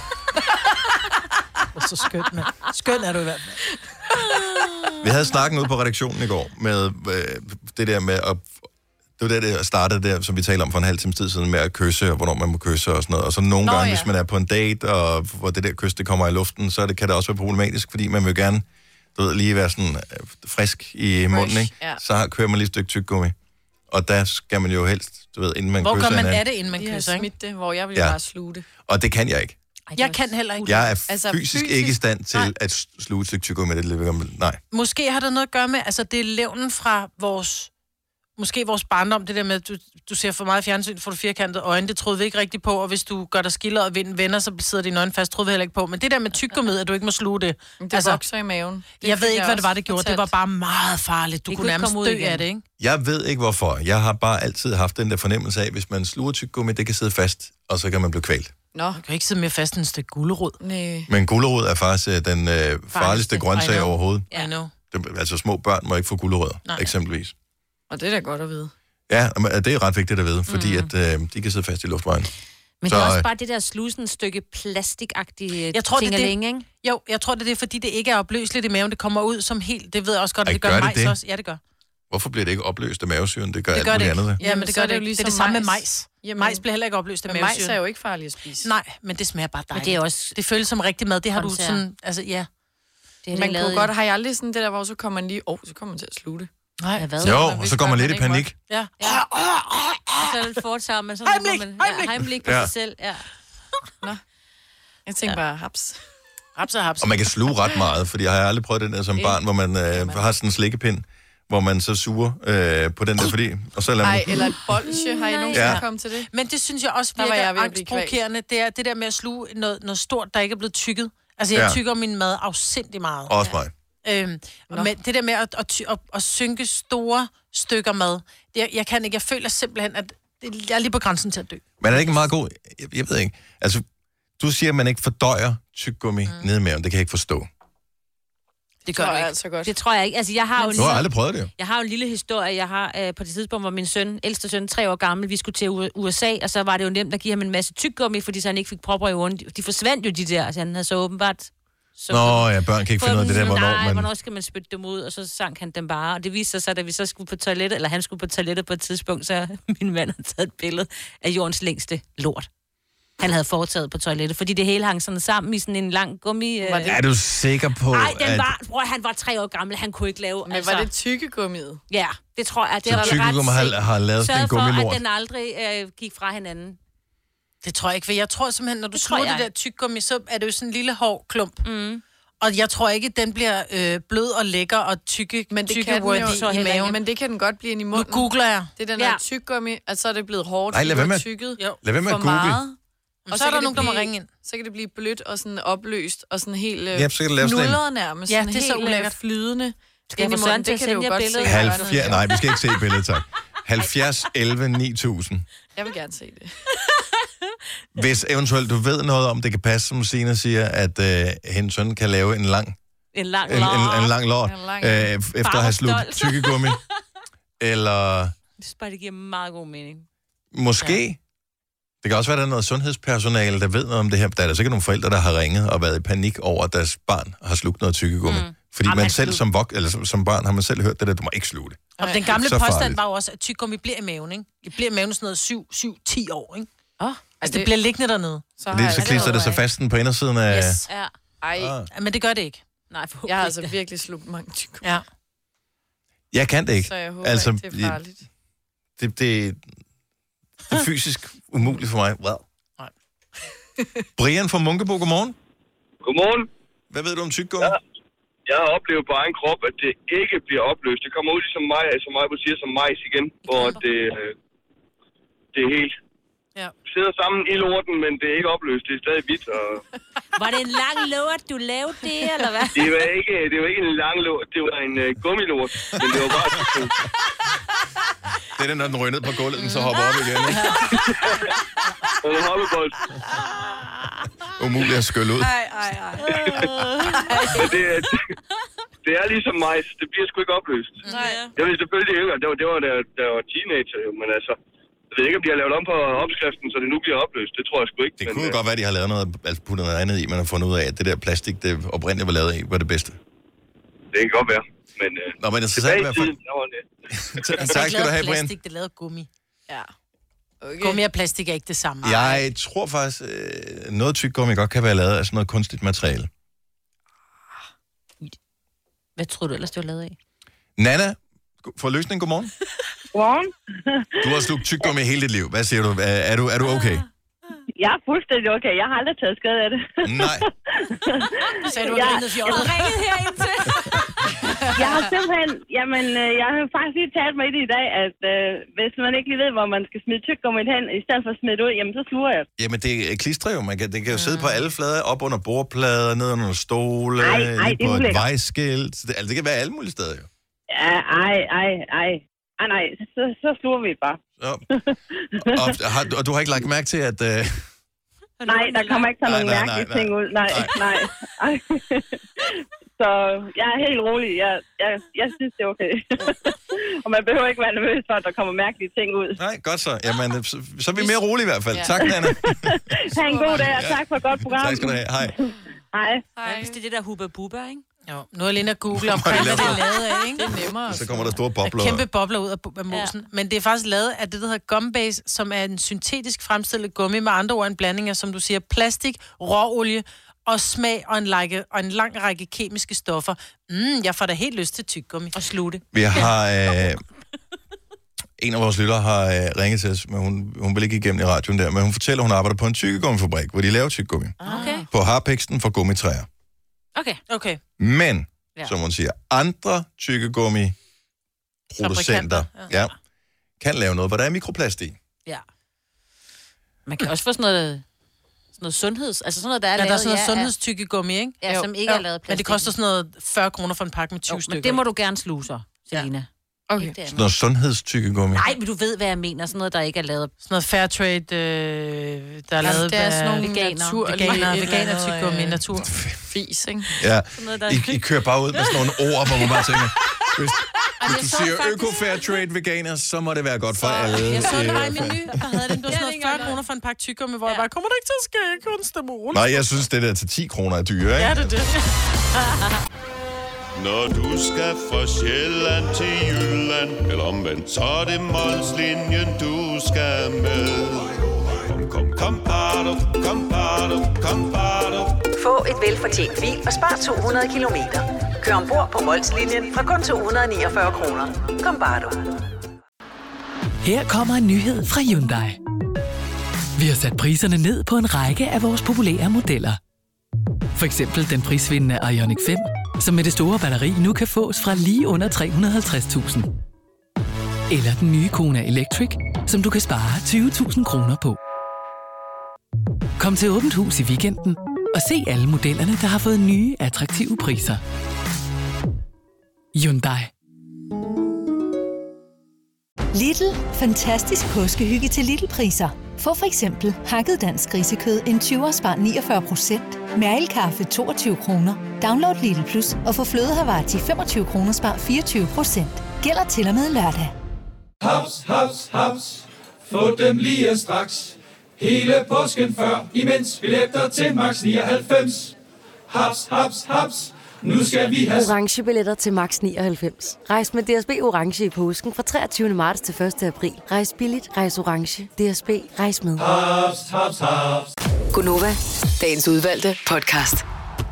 Så skønt, mand. Skønt er du i hvert fald. Vi havde snakken ude på redaktionen i går med det der med at... Det var det startede der, som vi talte om for en halv times tid siden, med at kysse, og hvornår man må kysse og sådan noget. Og så nogle gange, hvis man er på en date, og hvor det der kys, det kommer i luften, så kan det også være problematisk, fordi man vil gerne, lige være sådan frisk i munden, ikke? Ja. Så kører man lige et stykke tyggegummi. Og der skal man jo helst, du ved, inden man Hvor kysser gør man hinanden. af det, inden man kysser, ikke? Smidt det, hvor jeg vil Ja. bare sluge det. Og det kan jeg ikke. Jeg kan heller ikke. Jeg er fysisk ikke i stand til at sluge et stykke tyggegummi med det lille. Nej. Måske har det noget at gøre med, altså det er levnen fra vores barndom, det der med, at du ser for meget fjernsyn, får du firkantede øjne, det troede vi ikke rigtigt på, og hvis du gør dig skiller og venner, så sidder dine øjne fast, troede vi heller ikke på. Men det der med tyggegummi, at du ikke må sluge det. Det vokser i maven. Jeg ved ikke, hvad det var, det gjorde. Det var bare meget farligt. Du kunne nærmest dø af det, ikke? Jeg ved ikke hvorfor. Jeg har bare altid haft den der fornemmelse af, hvis man sluger tyggegummi, det kan sidde fast, og så kan man blive kvalt. Nå. Du kan ikke sidde mere fast end et stykke gulerod. Nej. Men gulerod er faktisk den farligste grøntsag overhovedet. I know. Altså små børn må ikke få gulerødder, eksempelvis. Og det er da godt at vide. Ja, det er ret vigtigt at vide, fordi at, de kan sidde fast i luftvejen. Men det er også bare det der slusen stykke plastikagtige tingeling, ikke? Jo, jeg tror, det er fordi det ikke er opløseligt i maven. Det kommer ud som helt, det ved jeg også godt, at det Gør gør det majs det? også. Ja, det gør. Hvorfor bliver det ikke opløst af mavesyren? Det gør Det alt gør det muligt ikke. andet. Ja, men det gør det jo ligesom det samme med majs. Jamen, majs bliver heller ikke opløst af men mavesyren. majs er jo ikke farligt at spise. Nej, men det smager bare dejligt. Men det er også... Det føles som rigtig mad. Det har du Konserv. sådan, altså ja. Det er Man lavet kunne i- godt, har jeg aldrig sådan det der, hvor så kommer man lige, så kommer man til at sluge det. Nej, ja, hvad? Jo, og så går man lidt i panik. Ja. Og så er det foretager man sådan noget, hvor man heimlik på Ja. sig selv. Ja. Nå. Jeg tænker bare, haps. Haps og haps. Og man kan sluge ret meget, fordi jeg har aldrig prøvet den der som barn, hvor man har sådan en slikkepind, hvor man så suger på den der, fordi... Og så lader man... Nej, eller et bolsje. Har I nogensinde Ja. kommet til det? Men det synes jeg også Der var jeg virker ved at blive kvalt. angstprovokerende. Det er det der med at sluge noget stort, der ikke er blevet tykket. Altså, jeg Ja. tykker min mad afsindig meget. Også mig. Men det der med at synke store stykker mad, jeg kan ikke. Jeg føler simpelthen, at jeg er lige på grænsen til at dø. Men er det ikke en meget god... Jeg ved ikke. Altså, du siger, at man ikke fordøjer tyggegummi nede i maven. Det kan jeg ikke forstå. Det gør jeg altså godt. Det tror jeg ikke. Altså, jeg har jo Du har aldrig prøvet det jo. Jeg har jo en lille historie. Jeg har på det tidspunkt, hvor min ældste søn, 3 år gammel, vi skulle til USA, og så var det jo nemt at give ham en masse tyggegummi, fordi så han ikke fik propper i ørerne. De forsvandt jo, de der, altså han havde så åbenbart... Nå ja, børn kan ikke finde ud af det der, hvornår skal man spytte dem ud, og så sank han dem bare. Og det viste sig så, da vi så skulle på toilettet, eller han skulle på toilettet på et tidspunkt, så min mand havde taget et billede af jordens længste lort. Han havde foretaget på toilettet, fordi det hele hang sådan sammen i sådan en lang gummi... Er du sikker på, Nej, han var 3 år gammel, han kunne ikke lave... Men var det tyggegummiet? Ja, det tror jeg. Det Så var tyggegummi har lavet sådan en gummilort? for, at den aldrig gik fra hinanden. Det tror jeg ikke, for jeg tror simpelthen, når du Det tror sluger det jeg. der tyggegummi, så er det jo sådan en lille hård klump. Mm. Og jeg tror ikke, den bliver blød og lækker og tykke, Men det kan den jo i maven. Men det kan den godt blive ind i munden. Nu googler jeg. Det er den der tyggegummi, at så er det blevet hårdt. Nej, lad være med- tykket lad være med at for google. meget. Og så er der nogen, der må ringe ind. Så kan det blive blødt og sådan opløst og sådan helt Ja, så kan det lave sådan en- knudret nærmest. Ja, Sådan det er så helt, ulækkert. Flydende. Skal jeg ind i få Søren munden. til at Det kan du sende jo jer godt se. billedet? Nej, vi skal ikke se billedet, tak. 70, 11, 9000. Jeg vil gerne se det. Hvis eventuelt du ved noget om, det kan passe, som Signe siger, at hendes søn kan lave en lang En lang en lang lort, En lang- efter at have slugt Farvestolt. tyggegummi. Eller Jeg synes bare, det giver meget god mening. måske, det kan også være, at der er noget sundhedspersonale, der ved noget om det her. Der er der sikkert nogle forældre, der har ringet og været i panik over, at deres barn har slugt noget tyggegummi. Fordi man selv som barn har man selv hørt det der, du må ikke sluge det. Og den gamle Så påstand farligt. var jo også, at tyggegummi bliver i maven, ikke? Det bliver i maven sådan noget 7-10 år, ikke? Altså, det bliver liggende dernede. Fordi så klister det sig fast på indersiden af... Yes. Ja. Ej, Ja, men det gør det ikke. Nej, jeg har altså virkelig slugt mange tyggegummi. Ja. Jeg kan det ikke. Så jeg håber ikke, det er farligt. Det er fysisk umuligt for mig. Well. Brian fra Munkebo, godmorgen. Godmorgen. Hvad ved du om tyggegummi? Jeg har oplevet på egen krop, at det ikke bliver opløst. Det kommer ud ligesom mig, som mig siger, som majs igen, hvor det er helt... Ja. Sidder sammen i lorten, men det er ikke opløst. Det er stadig hvidt. Og... Var det en lang lort, du lavede det, eller hvad? Det var ikke en lang lort. Det var en gummilort. Men det var bare... Det er den, når den ryger ned på gulvet, den så hopper op igen. Ikke? Og en hoppebold. Umuligt at skylle ud. Men det er ligesom majs. Det bliver sgu ikke opløst. Nej. Jeg vil selvfølgelig yngre. Det var da jeg var teenager, jo. Men altså... Jeg ved ikke, om de har lavet om på opskriften, så det nu bliver opløst. Det tror jeg sgu ikke. Det kunne jo godt være, at de har lavet noget, altså puttet noget andet i, man har fundet ud af, at det der plastik, det oprindeligt var lavet i, var det bedste. Det kan godt være. Men, Nå, men det tilbage i i hvert fald. tiden, der var det. Tak skal du have, Brian. Plastik, det er lavet gummi. Ja. Okay. Gummi og plastik er ikke det samme. Jeg tror faktisk, noget tyggegummi godt kan være lavet af sådan noget kunstigt materiale. Hvad tror du ellers, du har lavet af? Nana, for løsning, godmorgen. Godmorgen. Du har slugt tyggegummi hele dit liv. Hvad siger du? Er du okay? Jeg er fuldstændig okay. Jeg har aldrig taget skade af det. Nej. Sagde du, at du fjollet? Jeg ringede herind til. Jeg har simpelthen... Jamen, jeg har faktisk lige talt mig i det i dag, at hvis man ikke lige ved, hvor man skal smide tyggegummi hen, i stedet for at smide det ud, jamen så sluger jeg. Jamen, det er klistrer jo. Det kan jo sidde på alle flader, op under bordplader, ned under stole, på et vejskilt. Det kan være alle mulige steder jo. Ja, nej. Så sluger vi det bare. Og du har ikke lagt mærke til, at... Nej, der kommer ikke sådan nogle mærkelige ting ud. Nej. Så jeg er helt rolig. Jeg synes, det er okay. Og man behøver ikke være nervøs for, at der kommer mærkelige ting ud. Nej, godt så. Jamen, så er vi mere rolige i hvert fald. Ja. Tak, Nana. Ha' en god dag, og tak for et godt program. Tak skal du have. Hej. Hej. Hvis det er det der Hubba Bubba, ikke? Jo, nu er jeg lige at google omkring, hvad det er lavet af, ikke? Det er nemmere. Så kommer der store bobler. Kæmpe bobler ud af mosen. Ja. Men det er faktisk lavet af det, der hedder gumbase, som er en syntetisk fremstillet gummi, med andre ord en blanding af, som du siger, plastik, råolie og smag og en lang række kemiske stoffer. Jeg får da helt lyst til tyggegummi og slutte. Vi har... En af vores lyttere har ringet til os, men hun vil ikke igennem i radioen der, men hun fortæller, at hun arbejder på en tyggegummifabrik, hvor de laver tyggegummi. Okay. På harpiksten for gummitræer. Okay. Men, som hun siger, andre tyggegummi-producenter kan lave noget, hvor der er mikroplast i. Ja. Man kan også få sådan noget sundheds... Altså sådan noget, der er lavet... der er sådan noget sundhedstyggegummi, ikke? Ja, som ikke er lavet plastik. Men det koster sådan noget 40 kroner for en pakke med 20 stykker. Men det må du gerne sluge så, Selina. Ja. Okay. Sådan noget sundhedstyggegummi. Nej, men du ved, hvad jeg mener. Sådan noget, der ikke er lavet... Sådan noget fairtrade, der er lavet af sådan nogle veganer-tyggegummi, natur. Fis, ikke? Ja, I kører bare ud med sådan nogle ord, hvor man bare tænker... Hvis du siger øko-fairtrade veganer, så må det være godt for alle. Jeg så det bare i menu, der havde det. Det var sådan noget 40 kroner for en pakke tyggegummi, hvor jeg bare, kommer det ikke til at ske? Kun stemme rundt. Nej, jeg synes, det der til 10 kroner er dyre, ikke? Ja, det er det. Når du skal fra Sjælland til Jylland, eller omvendt, så er det Molslinjen, du skal med. Kom, bado. Få et velfortjent bil og spar 200 kilometer. Kør ombord på Molslinjen fra kun 249 kroner. Kom, bare du. Her kommer en nyhed fra Hyundai. Vi har sat priserne ned på en række af vores populære modeller. For eksempel den prisvindende Ioniq 5, som med det store batteri nu kan fås fra lige under 350.000. Eller den nye Kona Electric, som du kan spare 20.000 kroner på. Kom til Åbent Hus i weekenden og se alle modellerne, der har fået nye, attraktive priser. Hyundai. Lidl. Fantastisk påskehygge til Lidl-priser. Få for eksempel hakket dansk grisekød en 20'er spar 49%. Mærelkaffe 22 kroner. Download Lidl Plus og få flødehavarti 25 kroner spar 24%. Gælder til og med lørdag. Haps, haps, haps. Få dem lige straks. Hele påsken før, imens billetter til max 99. Haps, haps, haps. Nu skal vi have orange billetter til max 99. Rejs med DSB orange i påsken fra 23. marts til 1. april. Rejs billigt, rejs orange. DSB, rejs med. Haps, haps, haps. Gunova, dagens udvalgte podcast.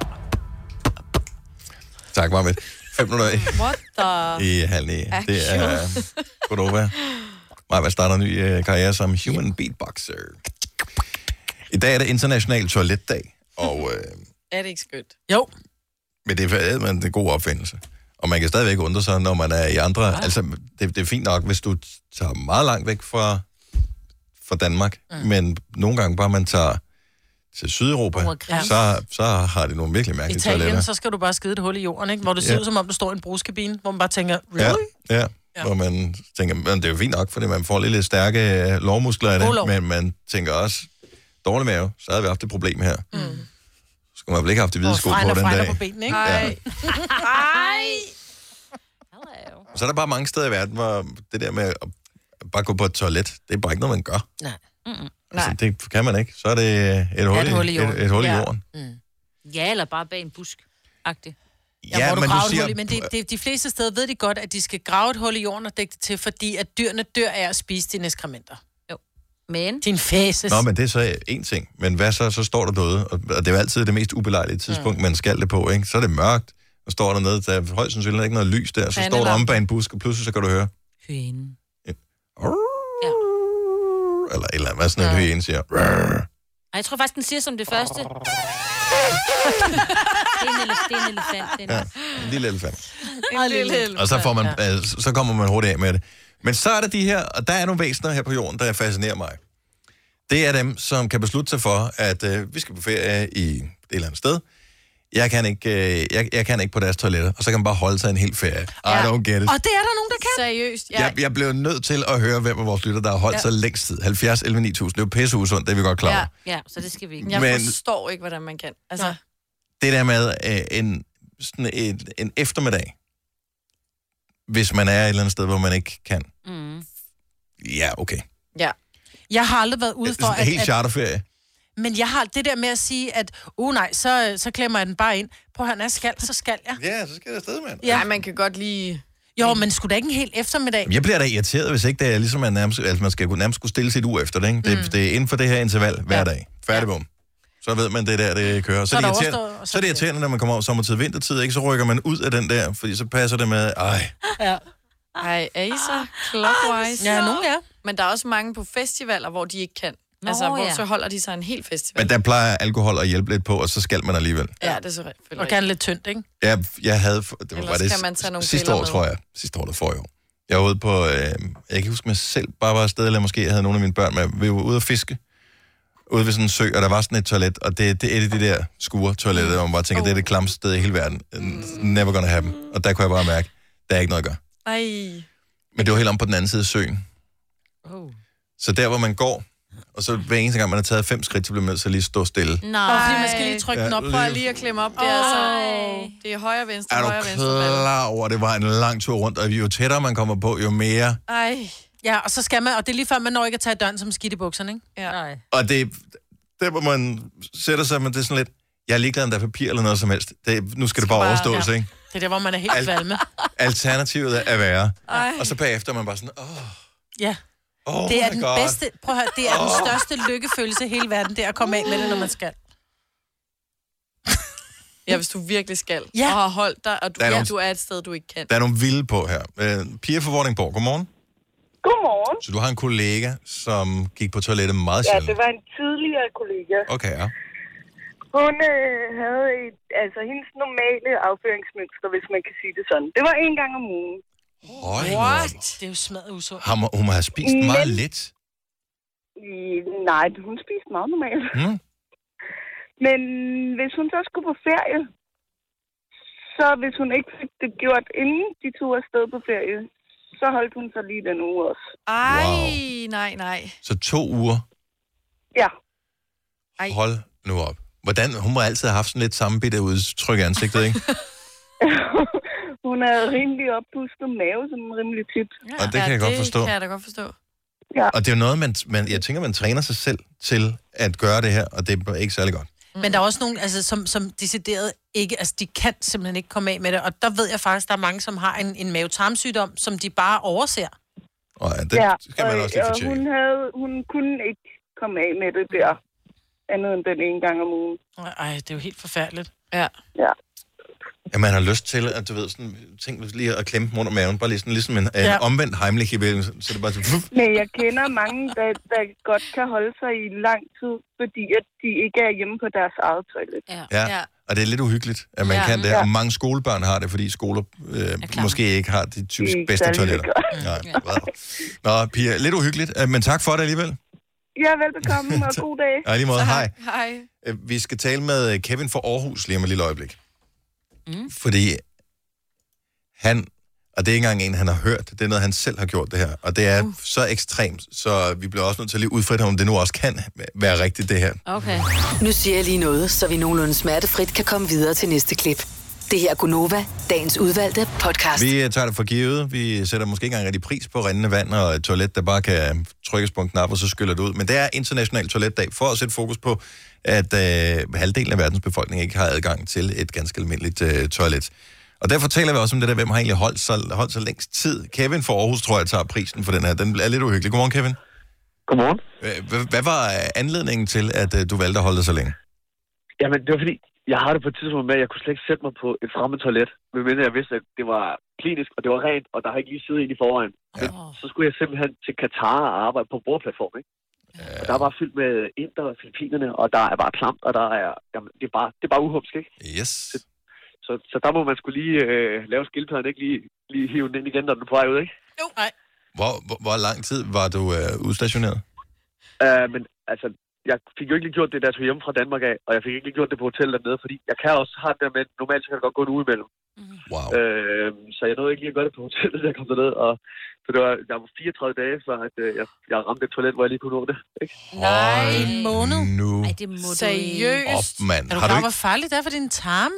Tak, Marvind. 5 minutter i halv 9. Det er Gunova. Marvind starter en ny karriere som human beatboxer. I dag er det international toiletdag, og... Er det ikke skønt? Jo. Men det er en god opfindelse. Og man kan stadigvæk undre sig, når man er i andre... Ja. Altså, det er fint nok, hvis du tager meget langt væk fra Danmark, men nogle gange bare man tager til Sydeuropa, så har det nogle virkelig mærkelige toiletter. Italien, så skal du bare skide et hul i jorden, ikke? Hvor det ser ud som om, du står i en brugskabine, hvor man bare tænker, really? Ja. Hvor man tænker, men det er jo fint nok, fordi man får lidt stærke lovmuskler af det, men man tænker også, dårlig mave, så havde vi haft et problem her. Skulle man vel ikke have haft det hvide sko på den dag. På benene, ikke? Ja. Så er der bare mange steder i verden, hvor det der med at bare gå på et toilet, det er bare ikke noget, man gør. Nej. Altså, det kan man ikke. Så er det et hul i jorden. Ja, eller bare bag en busk-agtigt. Ja, men du siger... Men de fleste steder ved de godt, at de skal grave et hul i jorden og dække det til, fordi at dyrene dør af at spise dine ekskrementer. Jo. Men... Din fæses. Nå, men det er så en ting. Men hvad så står der derude? Og det er jo altid det mest ubelejlige tidspunkt, man skal det på, ikke? Så er det mørkt, og står der nede, der er højst sandsynligt ikke noget lys der, så står der om bag en busk, og pludselig så kan du høre... Hønen. Eller et eller andet, hvad sådan en hyæne siger. Jeg tror faktisk, den siger som det første. Det er en elefant. Ja, en lille elefant. En lille elefant. Og så, får man, så kommer man hurtigt af med det. Men så er der de her, og der er nogle væsener her på jorden, der fascinerer mig. Det er dem, som kan beslutte sig for, at vi skal på ferie i et eller andet sted. Jeg kan ikke på deres toiletter, og så kan man bare holde sig en hel ferie. I don't get it. Og det er der nogen, der kan. Seriøst, Jeg blev nødt til at høre, hvem af vores lytter, der har holdt sig længst tid. 70, 11, 9000. Det er jo pisseusundt, det er vi godt klar over. Ja, så det skal vi ikke. Jeg forstår ikke, hvordan man kan. Altså. Det der med en eftermiddag, hvis man er et eller andet sted, hvor man ikke kan. Ja, okay. Ja. Jeg har aldrig været ude for, helt charterferie. Men jeg har det der med at sige, at nej, så klemmer jeg den bare ind. Prøv at høre, når jeg skal, så skal jeg. Ja, så skal jeg afsted, mand. Ja, man kan godt lige... Jo, men skulle da ikke en hel eftermiddag? Jeg bliver da irriteret, hvis ikke det er ligesom, man nærmest, altså man skal nærmest skulle stille sit uge efter det, ikke? Det er inden for det her interval hver dag. Færdigbom. Så ved man, det er der, det kører. Så er det irriterende, når man kommer over sommertid og vintertid, ikke? Så rykker man ud af den der, fordi så passer det med, Ej, er I så clockwise? Ja, nogen er. Men der er også mange på festivaler, hvor de ikke kan. Hvor så holder de sig en hel festival. Men der plejer alkohol at hjælpe lidt på, og så skal man alligevel. Ja, det er så rigtigt. Og gerne lidt tyndt, ikke? Ja, jeg havde... man tage nogle sidste år, tror jeg. Sidste år, der får jeg. Jeg var ude på... jeg kan ikke huske mig selv, bare var afsted, eller måske jeg havde nogle af mine børn med. Vi var ude at fiske. Ude ved sådan en sø, og der var sådan et toilet, og det er et af de der skure-toiletter, hvor man bare tænker, det er det klammeste sted i hele verden. Never gonna happen. Og der kunne jeg bare mærke, der er ikke noget at gøre. Ej. Men det var helt om på den anden side af søen. Så der, hvor man går, og så hver eneste gang, man har taget 5 skridt, så bliver man så lige stå stille. Nej. Fordi man skal lige trykke den op for at lige at klemme op. Det er altså... Det er højre, venstre, højre, venstre. Er du klar over, det var en lang tur rundt, og jo tættere man kommer på, jo mere... Ej. Ja, og så skal man... Og det er lige før, man når ikke at tage døren som skidt i bukserne, ikke? Ja. Og det der, hvor man sætter sig, men det er sådan lidt... Jeg er ligeglad, om der er papir eller noget som helst. Nu skal det bare overstås, ikke? Det er der, hvor man er helt valme. Alternativet er værre. Ej. Og så bagefter er man bare sådan... Ja. Det er den bedste... Prøv at høre, det er den største lykkefølelse i hele verden, det er at komme af med det, når man skal. Ja, hvis du virkelig skal. Og har holdt dig, og du er et sted, du ikke kan. Der er nogle vilde på her. Pia fra Vordingborg, godmorgen. Godmorgen. Så du har en kollega, som gik på toilettet meget sjældent. Ja, det var en tidligere kollega. Okay, ja. Hun havde hendes normale afføringsmønster, hvis man kan sige det sådan. Det var 1 gang om ugen. What? Det er jo smadret usundt. Hun må have spist meget lidt. Nej, hun spiste meget normalt. Men hvis hun så skulle på ferie, så hvis hun ikke fik det gjort, inden de tog afsted på ferie, så holdt hun sig lige den uge også. Ej, nej. Så 2 uger? Ja. Ej. Hold nu op. Hun må altid have haft sådan lidt sammenbitte udtryk i ansigtet, ikke? Hun er rimelig oppustet mave, som rimelig tit. Og det kan jeg godt forstå. Det kan jeg da godt forstå. Ja. Og det er jo noget, jeg tænker, man træner sig selv til at gøre det her, og det er ikke særlig godt. Men der er også nogen, som decideret ikke, de kan simpelthen ikke komme af med det, og der ved jeg faktisk, der er mange, som har en mavetarmsygdom, som de bare overser. Og det skal man også lige fortjekke. Hun kunne ikke komme af med det der, andet end den 1 gang om ugen. Ej, det er jo helt forfærdeligt. Ja. Ja, man har lyst til, at du ved, sådan, tænk lige at klemme dem under maven, bare lige sådan, ligesom en omvendt Heimlich, så det bare sådan... Men jeg kender mange, der godt kan holde sig i lang tid, fordi at de ikke er hjemme på deres eget toilet. Ja, og det er lidt uhyggeligt, at man kan det, og mange skolebørn har det, fordi skoler måske ikke har de typisk bedste toiletter. Nå, Pia, lidt uhyggeligt, men tak for det alligevel. Ja, velbekomme, og god dag. Ja, lige måde, hej. Hej. Vi skal tale med Kevin fra Aarhus lige om et lille øjeblik. Fordi han, og det er ikke engang en, han har hørt, det er noget, han selv har gjort det her, og det er så ekstremt, så vi bliver også nødt til at lige udfritte ham, om det nu også kan være rigtigt, det her. Okay. Nu siger jeg lige noget, så vi nogenlunde smertefrit kan komme videre til næste klip. Det her er Gunova, dagens udvalgte podcast. Vi tager det for givet. Vi sætter måske ikke engang rigtig pris på rindende vand og et toilet, der bare kan trykkes på en knap, og så skyller det ud. Men det er international toiletdag for at sætte fokus på, at halvdelen af verdens befolkning ikke har adgang til et ganske almindeligt toilet. Og derfor taler vi også om det der, hvem har egentlig holdt sig længst tid. Kevin fra Aarhus, tror jeg, tager prisen for den her. Den er lidt uhyggelig. Godmorgen, Kevin. Godmorgen. Hvad var anledningen til, at du valgte at holde dig så længe? Jamen, det var fordi, Jeg har det på et tidspunkt med, at jeg kunne slet ikke sætte mig på et fremmed toilet, medmindre jeg vidste, at det var klinisk, og det var rent, og der har ikke lige siddet en i forvejen. Ja. Så skulle jeg simpelthen til Katar og arbejde på bordplatform, ikke? Og der er bare fyldt med inder og Filippinerne, og der er bare klamt, og der er, jamen, det er bare uhumsk, ikke? Yes. Så der må man skulle lige lave skildpadden, ikke? Lige hive den ind igen, når den er på vej ud, ikke? Jo, nej. Hvor lang tid var du udstationeret? Men altså, jeg fik jo ikke lige gjort det, da jeg tog hjemme fra Danmark af, og jeg fik ikke lige gjort det på hotel dernede, fordi jeg kan også have det der med, normalt så kan det godt gå en uge imellem. Wow. Så jeg nåede ikke lige at gøre det på hotellet, da jeg kom derned, og så det var 34 dage, før at, jeg ramte et toilet, hvor jeg lige kunne nå det. Ikke? Nej, en måned? Nu. Ej, det må seriøst? Mand. Er du klar, hvor farligt det er for din tarm?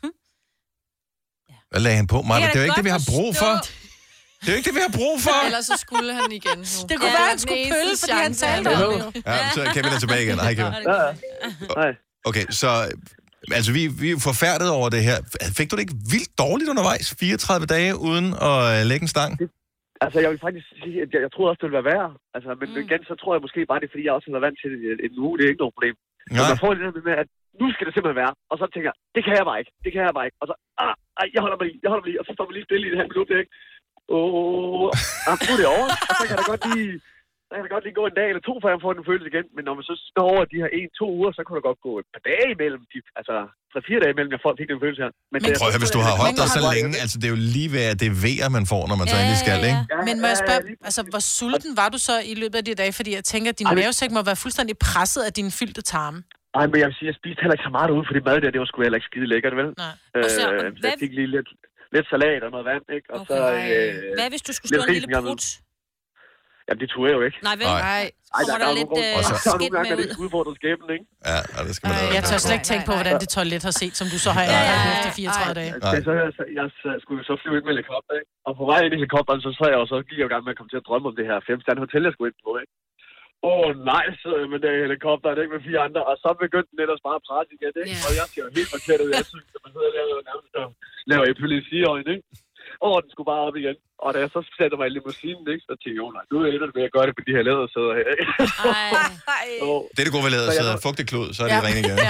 Hvad lagde han på? Maja, det er jo ikke det, vi har brug for. Det er jo ikke det, vi har brug for. Ellers så skulle han igen nu. Det kunne være, han skulle pølle, fordi han talte om det. Ja, så Kevin er tilbage igen. Hej, Kevin. Okay, så altså, vi er forfærdet over det her. Fik du det ikke vildt dårligt undervejs? 34 dage uden at lægge en stang? Altså, jeg vil faktisk sige, at jeg troede også, det ville være værre. Altså, men igen, så tror jeg måske bare, det er, fordi jeg også har været vant til en uge. Det er ikke noget problem. Så man får det der med, at nu skal det simpelthen være. Og så tænker jeg, det kan jeg bare ikke. Det kan jeg bare ikke. Og så, jeg holder mig lige. Og så står vi lige stille i et halvt minut, ikke? Nu er det over. Og så kan der godt lige gå en dag eller to, før jeg får den følelse igen. Men når man så står over de her 1-2 uger, så kunne der godt gå et par dage imellem. Altså 3-4 dage imellem, jeg fik den følelse her. Men prøv at høre, hvis du har holdt dig så længe, altså det er jo lige ved, at det er vejer, man får, når man så endelig skal, ikke? Men må jeg spørge, altså hvor sulten var du så i løbet af de dage? Fordi jeg tænker, at din mavesæk må være fuldstændig presset af dine fyldte tarme. Nej, men jeg vil sige, jeg spiste heller ikke så meget derude, fordi mad der, det var sgu heller ikke skide lækkert, vel? Nej. Så jeg fik lige lidt salat og noget vand, ikke? Og okay. Så, hvad hvis du skulle slå en lille brud? Jamen, det turde jeg jo ikke. Nej, vel? Nej. Der er lidt skidt med ud. Udfordret skæbnen, ikke? Ja, det skal man jeg tør slet ikke tænke på, hvordan det toilet har set, som du så har efter 34 dage. Jeg skulle så flyve ind med helikopter, ikke? Og på vej ind i helikopteren, så sad jeg jo så lige i gang med at komme til at drømme om det her 5-stjerne hotel, jeg skulle ind på, ikke? Nej, så med det helikopteren, ikke? Med 4 andre, og så begyndte den ellers bare at presse igen, ikke? Og jeg ser helt forkert ud, jeg synes, at man sidder og laver epilepsiøjne, ikke? Den skulle bare op igen. Og da jeg så satte mig i limousinen, ikke, så tænkte jeg, nej, nu ender det med at gøre det på de her lædersæder her, ikke? Det er det gode ved lædersæder. Fugtig klud, så er det rent igen.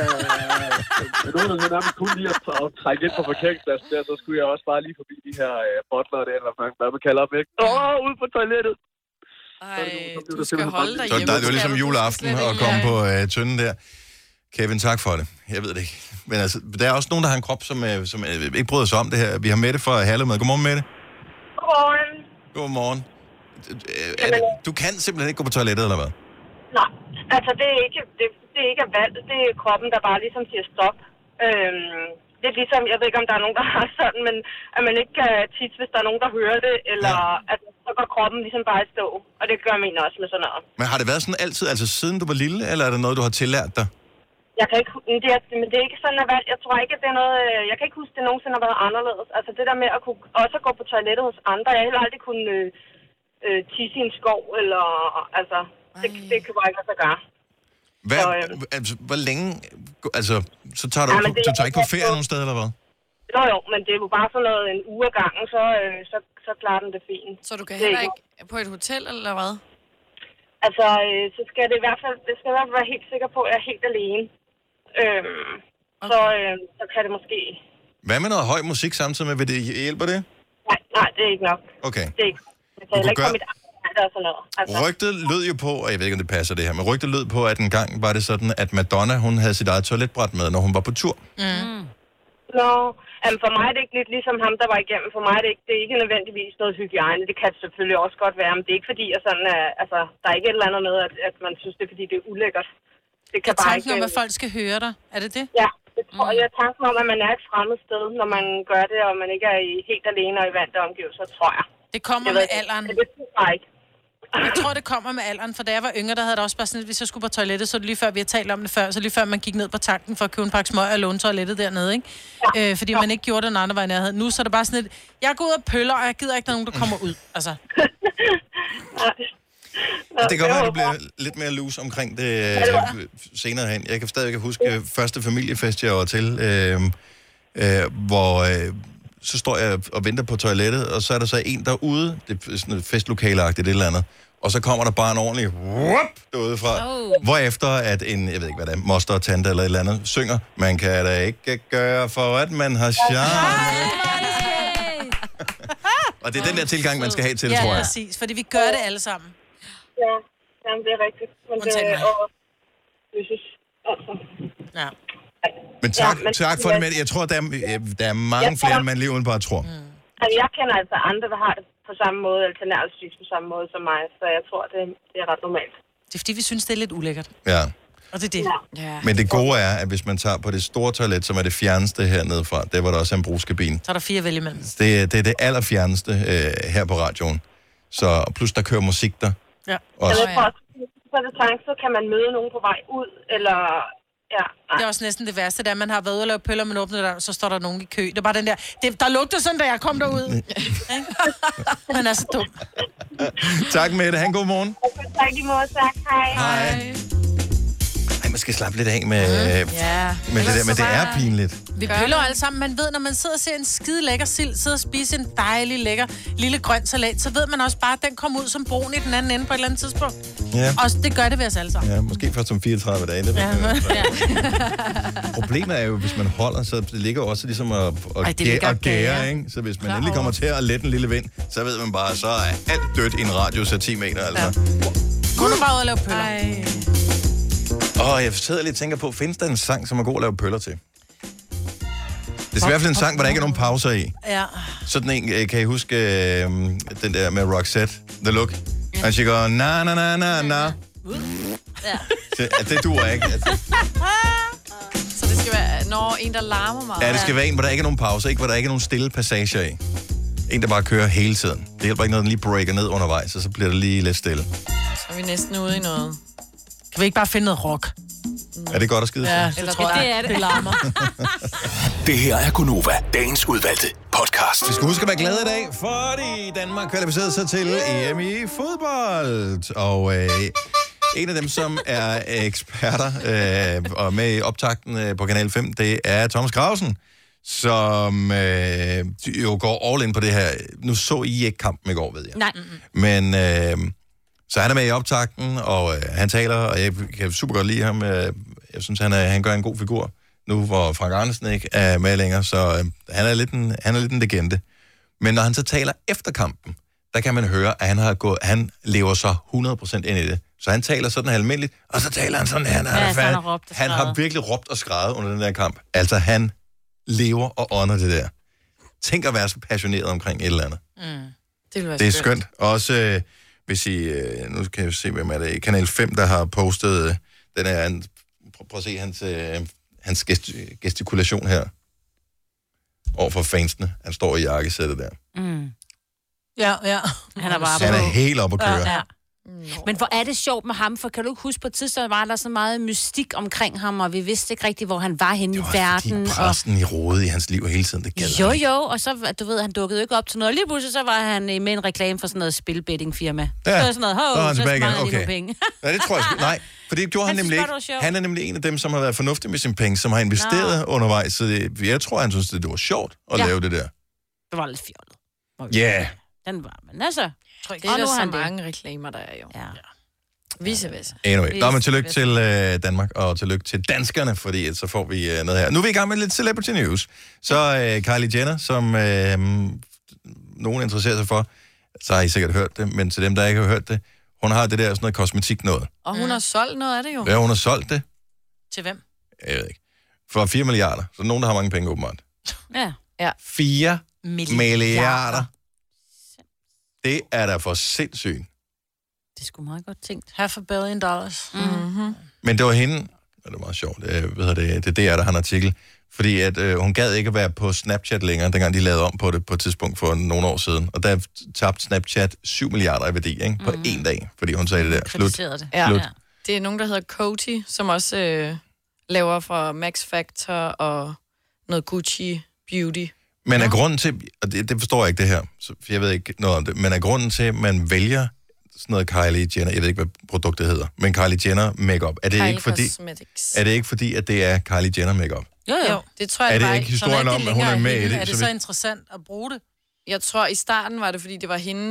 Men nu er det nærmest kun lige at trække ind på parkeringspladsen der, så skulle jeg også bare lige forbi de her bottler der, eller hvad man kalder dem, ikke? Ud på toilettet. Du skal holde dig hjemme. Så det er jo ligesom juleaften at komme på tynden der. Kevin, tak for det. Jeg ved det ikke. Men altså, der er også nogen, der har en krop, som ikke bryder sig om det her. Vi har Mette fra Herlev med. Godmorgen, Mette. Godmorgen. Godmorgen. Du kan simpelthen ikke gå på toilettet, eller hvad? Nej, altså det er ikke valgt. Det er kroppen, der bare ligesom siger stop. Det er ligesom, jeg ved ikke, om der er nogen, der har sådan, men at man ikke kan tisse, hvis der er nogen, der hører det, eller at så går kroppen ligesom bare i stå. Og det gør min også med sådan noget. Men har det været sådan altid, altså siden du var lille, eller er det noget, du har tillært dig? Jeg kan ikke, men det er ikke sådan, at jeg tror ikke, at det er noget, jeg kan ikke huske, at det nogensinde har været anderledes. Altså det der med at kunne også gå på toilettet hos andre, jeg har heller aldrig kunnet tisse i en skov, eller altså, det kan bare ikke lade sig gøre. Hvor længe, altså, så tager du tager ikke på ferie nogen steder, eller hvad? Jo, men det er jo bare sådan noget en uge ad gangen, så klarer den det fint. Så du kan heller ikke på et hotel, eller hvad? Altså, så skal det i hvert fald være helt sikker på, at jeg er helt alene. Så kan det måske... Hvad med noget høj musik samtidig med? Vil det hjælper det? Nej, det er ikke nok. Okay. Det er ikke. Jeg kan heller ikke få mit arbejde og sådan noget. Altså. Rygtet lød jo på, og jeg ved ikke, om det passer det her, men rygtet lød på, at en gang var det sådan, at Madonna, hun havde sit eget toiletbræt med, når hun var på tur. For mig er det ikke lidt ligesom ham, der var igennem. For mig er det ikke nødvendigvis noget hygiejne. Det kan det selvfølgelig også godt være, men det er ikke fordi, at sådan, altså, der er ikke et eller andet med, at man synes, det er fordi, det er ulækkert. Det kan bare tanken om, at folk skal høre dig. Er det det? Ja, det tror jeg. Tanken om, at man er et fremmed sted, når man gør det, og man ikke er helt alene og i vante omgivelser, tror jeg. Det kommer med alderen. Det tror jeg ikke. Jeg tror, det kommer med alderen, for da jeg var yngre, der havde det også bare sådan, at hvis jeg skulle på toilettet, så lige før, vi har talt om det før, så lige før man gik ned på tanken for at købe en pakke smøg og låne toilettet dernede, ikke? Ja. Fordi man ikke gjorde det, den andre var i nærheden. Nu så er det bare sådan lidt, jeg går ud og pøller, og jeg gider ikke, der er nogen, der kommer ud. Altså. Det kan godt være, at du bliver lidt mere loose omkring det senere hen. Jeg kan stadig huske første familiefest, jeg var til, hvor så står jeg og venter på toilettet, og så er der så en derude, det er sådan et festlokale-agtigt et eller andet, og så kommer der bare en ordentlig whoop derudefra. Hvorefter at en, jeg ved ikke hvad det er, moster og tante eller et eller andet, synger, man kan da ikke gøre for, at man har charme. Og det er den der tilgang, man skal have til det, tror jeg. Ja, præcis, fordi vi gør det alle sammen. Ja, jamen, det er rigtigt. Men det er altså. Ja. Men tak for det med. Jeg tror, der er mange flere, end man lige udenbart tror. Altså, jeg kender altså andre, der har det på samme måde, eller tilnærmelsesvis på samme måde som mig, så jeg tror, det er ret normalt. Det er fordi, vi synes, det er lidt ulækkert. Ja. Og det er det. Ja. Men det gode er, at hvis man tager på det store toilet, som er det fjerneste hernede fra, det var der også en brugskabine. Så er der 4 vælge imellem. Det er det allerfjerneste her på radioen. Så plus der kører musik der. Ja. Også. Så kan man møde nogen på vej ud, eller... Ja, det er også næsten det værste, da man har været ude og lave pøller, men åbner der, så står der nogen i kø. Det er bare den der, der lugter sådan, da jeg kom derud. Han er så dum. Tak, Mette. Ha' en god morgen. Tak i morgen, tak. Hej. Ej, man skal slappe lidt af med det der, men det er pinligt. Vi pøller alle sammen. Man ved, når man sidder og ser en skide lækker sild, sidder og spiser en dejlig, lækker lille grøn salat, så ved man også bare, at den kommer ud som brun i den anden ende på et eller andet tidspunkt. Ja. Og det gør det ved os alle sammen. Ja, måske først om 34 dage. Det Problemet er jo, hvis man holder, så det ligger også ligesom at gære, ikke? Så hvis man endelig kommer til at lette en lille vind, så ved man bare, så er alt dødt i en radius af 10 meter, altså. Gå nu bare ud og lave pøller. Jeg sidder lidt og tænker på, findes der en sang, som er god at lave pøller til? Det skal i hvert fald en sang, hvor der ikke er nogen pauser i. Ja. Sådan en, kan I huske den der med Roxette, The Look? Og she går, na na na na na. Ja. Det duer ikke. Altså. Så det skal være en, der larmer meget. Ja, det skal være en, hvor der ikke er nogen pauser, ikke hvor der ikke er nogen stille passager i. En, der bare kører hele tiden. Det hjælper ikke noget, den lige breaker ned undervejs, og så bliver det lige lidt stille. Så er vi næsten ude i noget. Kan vi ikke bare finde noget rock? Er det godt at skide? Ja, det tror jeg. Det er det. Det larmer. Det her er Gunova, dagens udvalgte podcast. Vi skal huske at være glade i dag, fordi Danmark kvalificerede sig til EM i fodbold. Og en af dem, som er eksperter og med i optakten på Kanal 5, det er Thomas Gravesen, som jo går all in på det her. Nu så I ikke kampen i går, ved jeg. Nej. Men så han er med i optakten, og han taler, og jeg kan super godt lide ham. Jeg synes, han gør en god figur. Nu hvor Frank Andersen ikke er med længere, så han er lidt en legende. Men når han så taler efter kampen, der kan man høre, at han lever så 100% ind i det. Så han taler sådan almindeligt, og så taler han sådan her. Han har virkelig råbt og skreget under den der kamp. Altså, han lever og ånder det der. Tænk at være så passioneret omkring et eller andet. Det er skønt. Også hvis I... nu kan jeg se, hvem er det. Kanal 5, der har postet den her... Prøv at se hans gestikulation her. Overfor fansene. Han står i jakkesættet der. Ja. Han er helt oppe at køre. Ja. Men hvor er det sjovt med ham, for kan du ikke huske på et tidspunkt, var der så meget mystik omkring ham, og vi vidste ikke rigtigt, hvor han var henne i verden. Det var fordi præsten i rode i hans liv hele tiden, det gælder. Jo, og så, du ved, han dukkede ikke op til noget. Lige pludselig så var han med en reklame for sådan noget spilbetting-firma. Ja. Så sådan noget, så smadrede han lige nogle penge. Ja, det tror jeg sgu. Nej, for det gjorde han nemlig ikke. Han er nemlig en af dem, som har været fornuftig med sine penge, som har investeret undervejs. Så jeg tror, han synes, det var sjovt at lave det der. Det var lidt fjollet. Ja. Den var, men altså... Det er der så mange reklamer, der er jo. Ja. Vice versa. Anyway, men tillykke til Danmark, og tillykke til danskerne, fordi så får vi noget her. Nu er vi i gang med lidt celebrity news. Så Kylie Jenner, som nogen interesserer sig for, så har I sikkert hørt det, men til dem, der ikke har hørt det, hun har det der sådan noget kosmetik noget. Og hun har solgt noget af det jo. Ja, hun har solgt det. Til hvem? Jeg ved ikke. For 4 milliarder. Så nogen, der har mange penge, åbenbart. Ja. 4 milliarder. Det er da for sindssygt. Det er sgu meget godt tænkt. $500 million. Mm-hmm. Men det var hende, og det var meget sjovt, det er der har en artikel, fordi at hun gad ikke at være på Snapchat længere, dengang de lavede om på det på et tidspunkt for nogle år siden. Og der tabte Snapchat 7 milliarder i værdi, ikke? På en dag, fordi hun sagde det der. Slut. Det. Ja. Det er nogen, der hedder Coty, som også laver for Max Factor og noget Gucci Beauty. Men er grunden til, og det forstår jeg ikke det her, så jeg ved ikke noget om det, men er grunden til, at man vælger sådan noget Kylie Jenner, jeg ved ikke, hvad produktet hedder, men Kylie Jenner makeup, er det ikke fordi, at det er Kylie Jenner makeup? Jo. Det tror jeg, er det ikke historien om, at hun er med i det? Er det så interessant at bruge det? Jeg tror, i starten var det, fordi det var hende,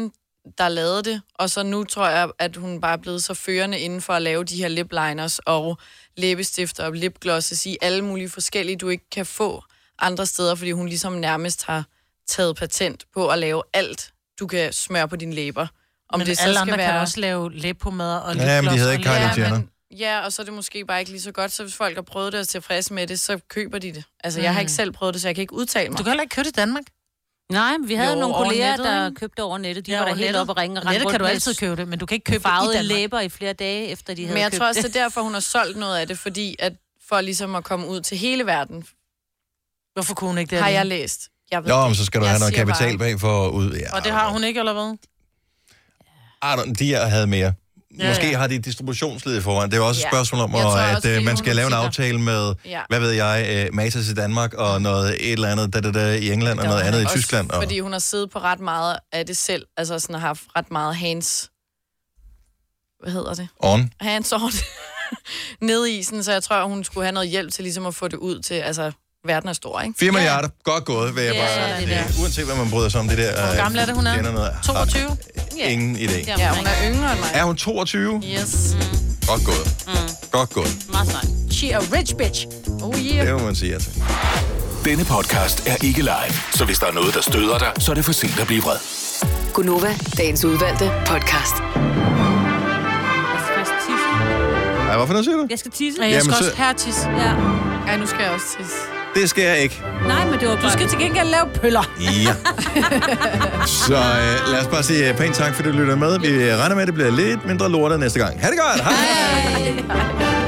der lavede det. Og så nu tror jeg, at hun bare er blevet så førende inden for at lave de her lip liners og læbestifter og lipglosses i alle mulige forskellige, du ikke kan få andre steder, fordi hun ligesom nærmest har taget patent på at lave alt, du kan smøre på dine læber. Om Men det alle så andre skal kan være... også lave læbepomade og Ja, men de hedder ikke Kylie Jenner. Ja, og så er det måske bare ikke lige så godt, så hvis folk har prøvet det og er tilfredse med det, så køber de det. Altså, jeg har ikke selv prøvet det, så jeg kan ikke udtale mig. Du kan heller ikke købe det i Danmark. Nej, vi havde nogle kolleger, nettet, der ikke? købte over nettet. De Ja, var der over helt nettet. oppe og ringe og Nettet kan du altid købe det, men du kan ikke købe det i farvede Danmark. læber i flere dage, efter de havde Men jeg købt tror også, det. det er derfor, hun har solgt noget af det, fordi at for ligesom at komme ud til hele verden. Hvorfor kunne hun ikke det? Har jeg læst. Jeg ved Jo, det. så skal du Jeg have noget siger kapital bare- bag for at ud. Ja, Og det har hun ikke, eller hvad? de havde mere. Ja, Måske ja. har de et distributionsled i forvejen. Det er jo også et Ja. spørgsmål om, Jeg tror også, at fordi man hun skal er lave en sikker. aftale med, Ja. hvad ved jeg, Matas i Danmark, og noget et eller andet i England, og noget andet i Også Tyskland. Og... Fordi hun har siddet på ret meget af det selv. Altså sådan har haft ret meget hands... Hvad hedder det? On. Hands on. Nede i isen, så jeg tror, hun skulle have noget hjælp til ligesom at få det ud til... Altså, verden er stor, ikke? 4 milliarder. Godt gået, vil jeg Ja, bare det sige. Uanset hvad man bryder sig om det der. Hvor gammel er det, hun er? Jenner noget, 22? Ingen idé. Ja, hun er yngre end mig. Er hun 22? Yes. Godt gået. Godt gået. Meget sejt. She a rich bitch. Oh yeah. Det må man sige, altså. Denne podcast er ikke live, så hvis der er noget, der støder dig, så er det for sent at blive vred. Gunova, dagens udvalgte podcast. Ej, hvorfor noget siger du? Jeg skal tisse. Ja, jeg skal Jamen, også så- her tisse. Ja. Ej, nu skal jeg også tisse. Det skal jeg ikke. Nej, men det var bare... Du skal til gengæld lave pøller. Ja. Så lad os bare sige pænt tak, fordi du lytter med. Vi regner med, at det bliver lidt mindre lortet næste gang. Ha' det godt. Hej. Hej.